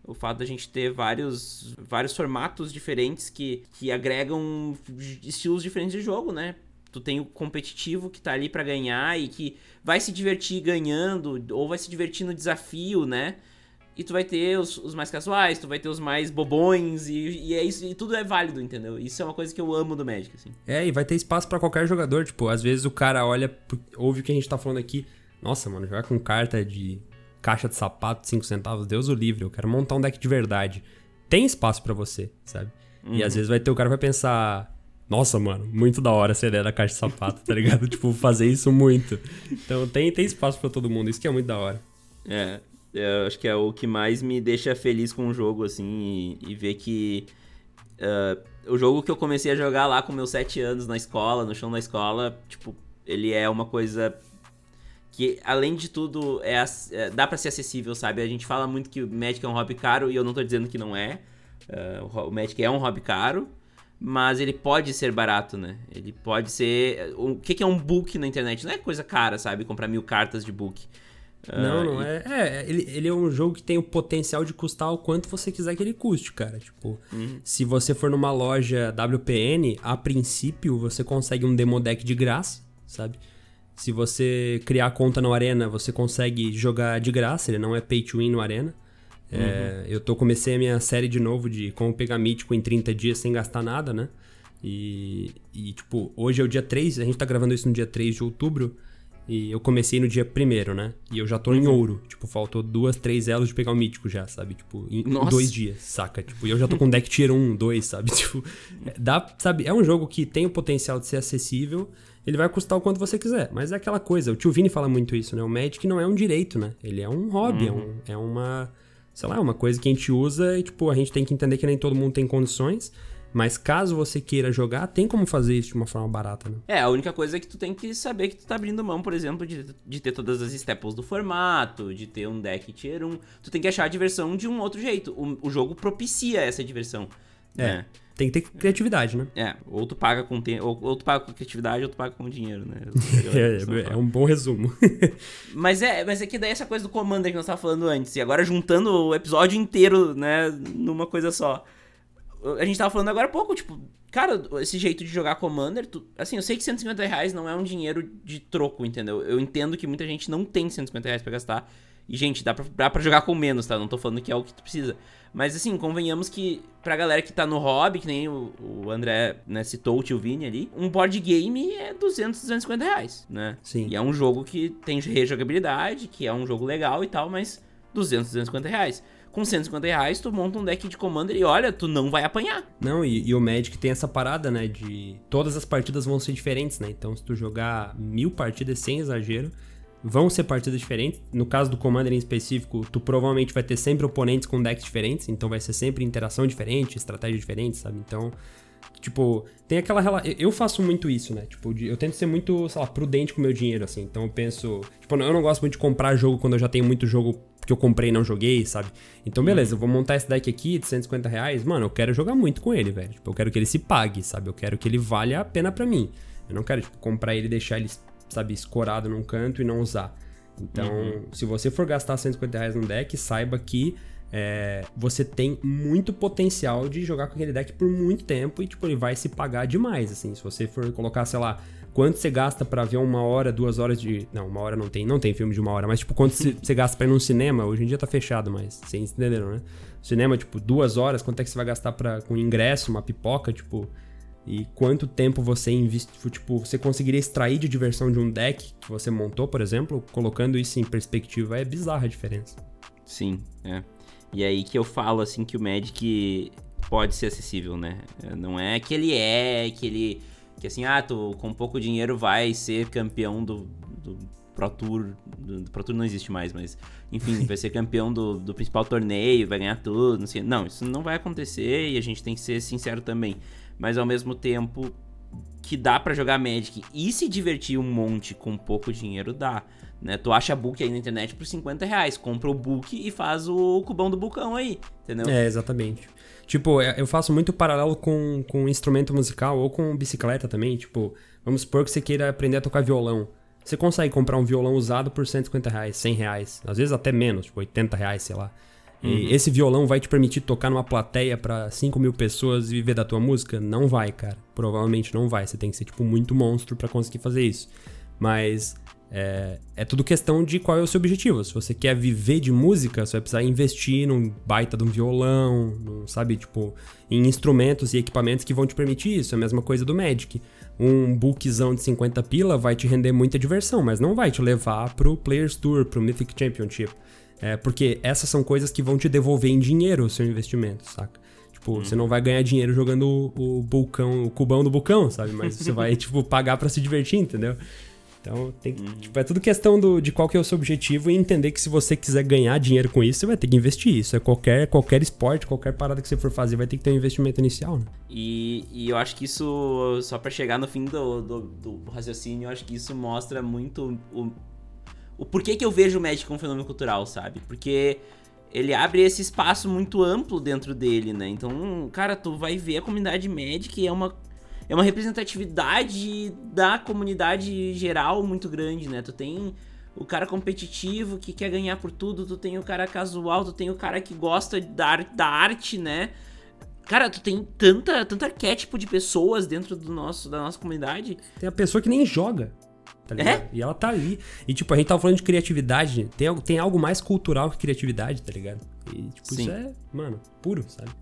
O fato da gente ter vários, vários formatos diferentes que, que agregam estilos diferentes de jogo, né? Tu tem o competitivo que tá ali pra ganhar e que vai se divertir ganhando, ou vai se divertir no desafio, né? E tu vai ter os, os mais casuais, tu vai ter os mais bobões, e, e é isso, e tudo é válido, entendeu? Isso é uma coisa que eu amo do Magic, assim. É, e vai ter espaço pra qualquer jogador, tipo, às vezes o cara olha, ouve o que a gente tá falando aqui, nossa, mano, jogar com carta de caixa de sapato, cinco centavos, Deus o livre, eu quero montar um deck de verdade. Tem espaço pra você, sabe? Uhum. E às vezes vai ter o cara que vai pensar, nossa, mano, muito da hora essa ideia da caixa de sapato, tá ligado? Tipo, fazer isso muito. Então tem, tem espaço pra todo mundo, isso que é muito da hora. É, eu acho que é o que mais me deixa feliz com o jogo, assim, e, e ver que uh, o jogo que eu comecei a jogar lá com meus sete anos na escola, no chão da escola, tipo, ele é uma coisa que, além de tudo, é, é, dá pra ser acessível, sabe? A gente fala muito que o Magic é um hobby caro, e eu não tô dizendo que não é. Uh, o Magic é um hobby caro, mas ele pode ser barato, né? Ele pode ser... O que, que é um book na internet? Não é coisa cara, sabe? Comprar mil cartas de book. Não, uh, não e... é. É, ele, ele é um jogo que tem o potencial de custar o quanto você quiser que ele custe, cara. Tipo, uhum. Se você for numa loja W P N, a princípio você consegue um demo deck de graça, sabe? Se você criar conta no Arena, você consegue jogar de graça, ele não é pay to win no Arena. Uhum. É, eu tô, comecei a minha série de novo de como pegar mítico em trinta dias sem gastar nada, né? E, e, tipo, hoje é o dia três, a gente tá gravando isso no dia três de outubro, e eu comecei no dia primeiro, né? E eu já tô em ouro. Tipo, faltou duas, três elos de pegar o mítico já, sabe? Tipo, em Nossa. dois dias, saca? Tipo, e eu já tô com deck tier um, dois, sabe? Tipo, dá, sabe? É um jogo que tem o potencial de ser acessível. Ele vai custar o quanto você quiser, mas é aquela coisa, o tio Vini fala muito isso, né? O Magic não é um direito, né? Ele é um hobby, uhum. é, um, é uma, sei lá, uma coisa que a gente usa e, tipo, a gente tem que entender que nem todo mundo tem condições, mas caso você queira jogar, tem como fazer isso de uma forma barata, né? É, a única coisa é que tu tem que saber que tu tá abrindo mão, por exemplo, de, de ter todas as staples do formato, de ter um deck tier um, tu tem que achar a diversão de um outro jeito, o, o jogo propicia essa diversão, é. né? Tem que ter criatividade, né? É, ou tu paga com tempo, ou, ou tu paga com criatividade, ou tu paga com dinheiro, né? é, é um bom resumo. mas, é, mas é que daí essa coisa do Commander que nós tava falando antes, e agora juntando o episódio inteiro, né, numa coisa só. A gente tava falando agora há pouco, tipo, cara, esse jeito de jogar Commander, tu, assim, eu sei que cento e cinquenta reais não é um dinheiro de troco, entendeu? Eu entendo que muita gente não tem cento e cinquenta reais pra gastar. E, gente, dá pra, dá pra jogar com menos, tá? Não tô falando que é o que tu precisa. Mas, assim, convenhamos que pra galera que tá no hobby, que nem o, o André, né, citou o tio Vini ali, um board game é duzentos, duzentos e cinquenta reais, né? Sim. E é um jogo que tem rejogabilidade, que é um jogo legal e tal, mas duzentos, duzentos e cinquenta reais. Com cento e cinquenta reais, tu monta um deck de Commander e olha, tu não vai apanhar. Não, e, e o Magic tem essa parada, né, de todas as partidas vão ser diferentes, né? Então, se tu jogar mil partidas sem exagero, vão ser partidas diferentes. No caso do Commander em específico, tu provavelmente vai ter sempre oponentes com decks diferentes, então vai ser sempre interação diferente, estratégia diferente, sabe? Então, tipo, tem aquela relação... Eu faço muito isso, né? Tipo, eu tento ser muito, sei lá, prudente com o meu dinheiro, assim. Então eu penso... Tipo, eu não gosto muito de comprar jogo quando eu já tenho muito jogo que eu comprei e não joguei, sabe? Então, beleza, eu vou montar esse deck aqui de cento e cinquenta reais. Mano, eu quero jogar muito com ele, velho. Tipo, eu quero que ele se pague, sabe? Eu quero que ele valha a pena pra mim. Eu não quero, tipo, comprar ele e deixar ele... sabe, escorado num canto e não usar. Então, uhum. se você for gastar cento e cinquenta reais num deck, saiba que é, você tem muito potencial de jogar com aquele deck por muito tempo e, tipo, ele vai se pagar demais, assim. Se você for colocar, sei lá, quanto você gasta pra ver uma hora, duas horas de... Não, uma hora não tem, não tem filme de uma hora, mas, tipo, quanto você gasta pra ir num cinema, hoje em dia tá fechado, mas vocês entenderam, né? Cinema, tipo, duas horas, quanto é que você vai gastar pra, com ingresso, uma pipoca, tipo... E quanto tempo você investe, tipo, você conseguiria extrair de diversão de um deck que você montou, por exemplo, colocando isso em perspectiva, é bizarra a diferença. Sim, é. E aí que eu falo, assim, que o Magic pode ser acessível, né? Não é que ele é, que ele... Que assim, ah, tu com pouco dinheiro vai ser campeão do, do Pro Tour. Do, do Pro Tour não existe mais, mas... Enfim, vai ser campeão do, do principal torneio, vai ganhar tudo, não sei. Não, isso não vai acontecer e a gente tem que ser sincero também. Mas ao mesmo tempo que dá pra jogar Magic e se divertir um monte com pouco dinheiro, dá, né? Tu acha book aí na internet por cinquenta reais, compra o book e faz o cubão do bucão aí, entendeu? É, exatamente. Tipo, eu faço muito paralelo com, com instrumento musical ou com bicicleta também, tipo, vamos supor que você queira aprender a tocar violão. Você consegue comprar um violão usado por cento e cinquenta reais, cem reais, às vezes até menos, tipo oitenta reais, sei lá. Uhum. E esse violão vai te permitir tocar numa plateia pra cinco mil pessoas e viver da tua música? Não vai, cara. Provavelmente não vai. Você tem que ser, tipo, muito monstro pra conseguir fazer isso. Mas é, é tudo questão de qual é o seu objetivo. Se você quer viver de música, você vai precisar investir num baita de um violão, num, sabe, tipo, em instrumentos e equipamentos que vão te permitir isso. É a mesma coisa do Magic. Um bookzão de cinquenta pila vai te render muita diversão, mas não vai te levar pro Players Tour, pro Mythic Championship. É, porque essas são coisas que vão te devolver em dinheiro o seu investimento, saca? Tipo, hum. você não vai ganhar dinheiro jogando o, o bulcão, o cubão do bulcão, sabe? Mas você vai, tipo, pagar pra se divertir, entendeu? Então, tem, hum. tipo, é tudo questão do, de qual que é o seu objetivo e entender que se você quiser ganhar dinheiro com isso, você vai ter que investir. Isso é qualquer, qualquer esporte, qualquer parada que você for fazer, vai ter que ter um investimento inicial, né? E, e eu acho que isso, só pra chegar no fim do, do, do raciocínio, eu acho que isso mostra muito o, o porquê que eu vejo o Magic como um fenômeno cultural, sabe? Porque ele abre esse espaço muito amplo dentro dele, né? Então, cara, tu vai ver a comunidade Magic é uma... É uma representatividade da comunidade geral muito grande, né? Tu tem o cara competitivo que quer ganhar por tudo, tu tem o cara casual, tu tem o cara que gosta da, da arte, né? Cara, tu tem tanta, tanto arquétipo de pessoas dentro do nosso, da nossa comunidade. Tem a pessoa que nem joga, tá ligado? É? E ela tá ali. E tipo, a gente tava falando de criatividade, tem, tem algo mais cultural que criatividade, tá ligado? E tipo, Sim. isso é, mano, puro, sabe?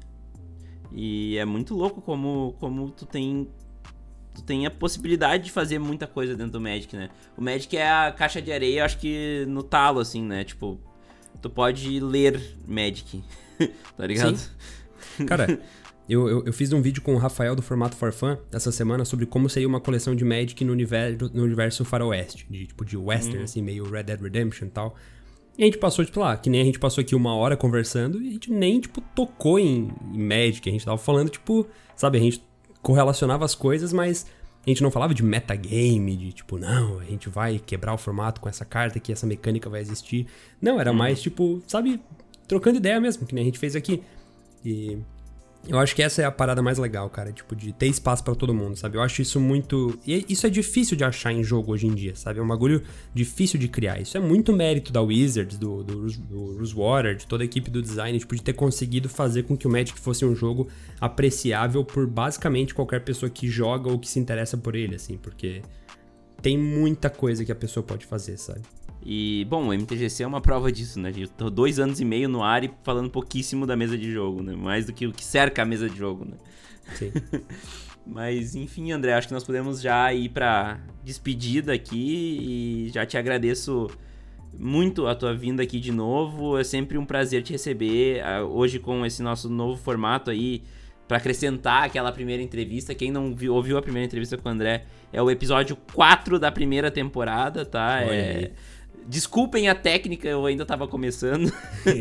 E é muito louco como, como tu tem tu tem a possibilidade de fazer muita coisa dentro do Magic, né? O Magic é a caixa de areia, eu acho que no talo, assim, né? Tipo, tu pode ler Magic, tá ligado? Sim. Cara, eu, eu, eu fiz um vídeo com o Rafael do Formato for Fun essa semana sobre como seria uma coleção de Magic no universo, no universo faroeste, de, tipo, de western, hum. assim, meio Red Dead Redemption e tal. E a gente passou, tipo, lá, que nem a gente passou aqui uma hora conversando e a gente nem, tipo, tocou em, em Magic. A gente tava falando, tipo, sabe, a gente correlacionava as coisas, mas a gente não falava de metagame, de, tipo, não, a gente vai quebrar o formato com essa carta aqui, essa mecânica vai existir. Não, era mais, tipo, sabe, trocando ideia mesmo, que nem a gente fez aqui. E eu acho que essa é a parada mais legal, cara, tipo, de ter espaço pra todo mundo, sabe? Eu acho isso muito... E isso é difícil de achar em jogo hoje em dia, sabe? É um bagulho difícil de criar. Isso é muito mérito da Wizards, do, do, do Rosewater, de toda a equipe do design, tipo, de ter conseguido fazer com que o Magic fosse um jogo apreciável por basicamente qualquer pessoa que joga ou que se interessa por ele, assim, porque tem muita coisa que a pessoa pode fazer, sabe? E, bom, o M T G C é uma prova disso, né? Eu tô dois anos e meio no ar e falando pouquíssimo da mesa de jogo, né? Mais do que o que cerca a mesa de jogo, né? Sim. Mas, enfim, André, acho que nós podemos já ir pra despedida aqui e já te agradeço muito a tua vinda aqui de novo. É sempre um prazer te receber hoje com esse nosso novo formato aí, pra acrescentar aquela primeira entrevista. Quem não viu, ouviu a primeira entrevista com o André, é o episódio quatro da primeira temporada, tá? É... Desculpem a técnica, eu ainda tava começando.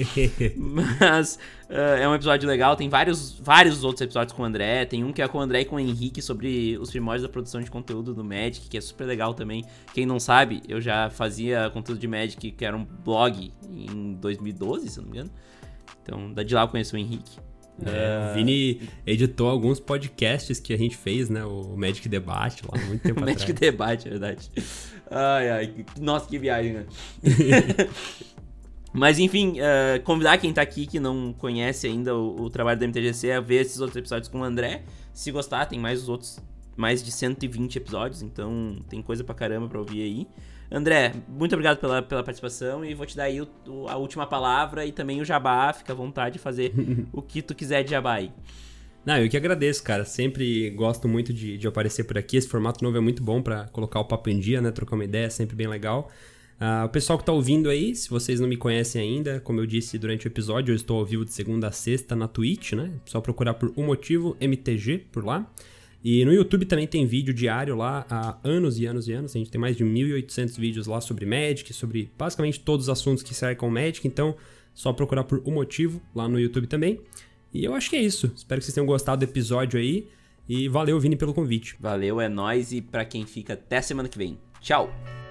Mas uh, é um episódio legal. Tem vários, vários outros episódios com o André. Tem um que é com o André e com o Henrique sobre os primórdios da produção de conteúdo do Magic, que é super legal também. Quem não sabe, eu já fazia conteúdo de Magic, que era um blog em dois mil e doze, se eu não me engano. Então, de lá eu conheci o Henrique. É, o Vini editou alguns podcasts que a gente fez, né? O Magic Debate lá, muito tempo atrás. Magic Debate, é verdade. Ai, ai. Nossa, que viagem, né? Mas, enfim, uh, convidar quem tá aqui que não conhece ainda o, o trabalho da M T G C a ver esses outros episódios com o André. Se gostar, tem mais os outros, mais de cento e vinte episódios, então tem coisa pra caramba pra ouvir aí. André, muito obrigado pela, pela participação e vou te dar aí o, o, a última palavra e também o jabá. Fica à vontade de fazer o que tu quiser de jabá aí. Não, eu que agradeço, cara. Sempre gosto muito de, de aparecer por aqui. Esse formato novo é muito bom pra colocar o papo em dia, né? Trocar uma ideia é sempre bem legal. Uh, o pessoal que tá ouvindo aí, se vocês não me conhecem ainda, como eu disse durante o episódio, eu estou ao vivo de segunda a sexta na Twitch, né? Só procurar por Um Motivo M T G por lá. E no YouTube também tem vídeo diário lá há anos e anos e anos. A gente tem mais de mil e oitocentos vídeos lá sobre Magic, sobre basicamente todos os assuntos que cercam Magic. Então, só procurar por Um Motivo lá no YouTube também. E eu acho que é isso. Espero que vocês tenham gostado do episódio aí. E valeu, Vini, pelo convite. Valeu, é nóis. E pra quem fica, até semana que vem. Tchau!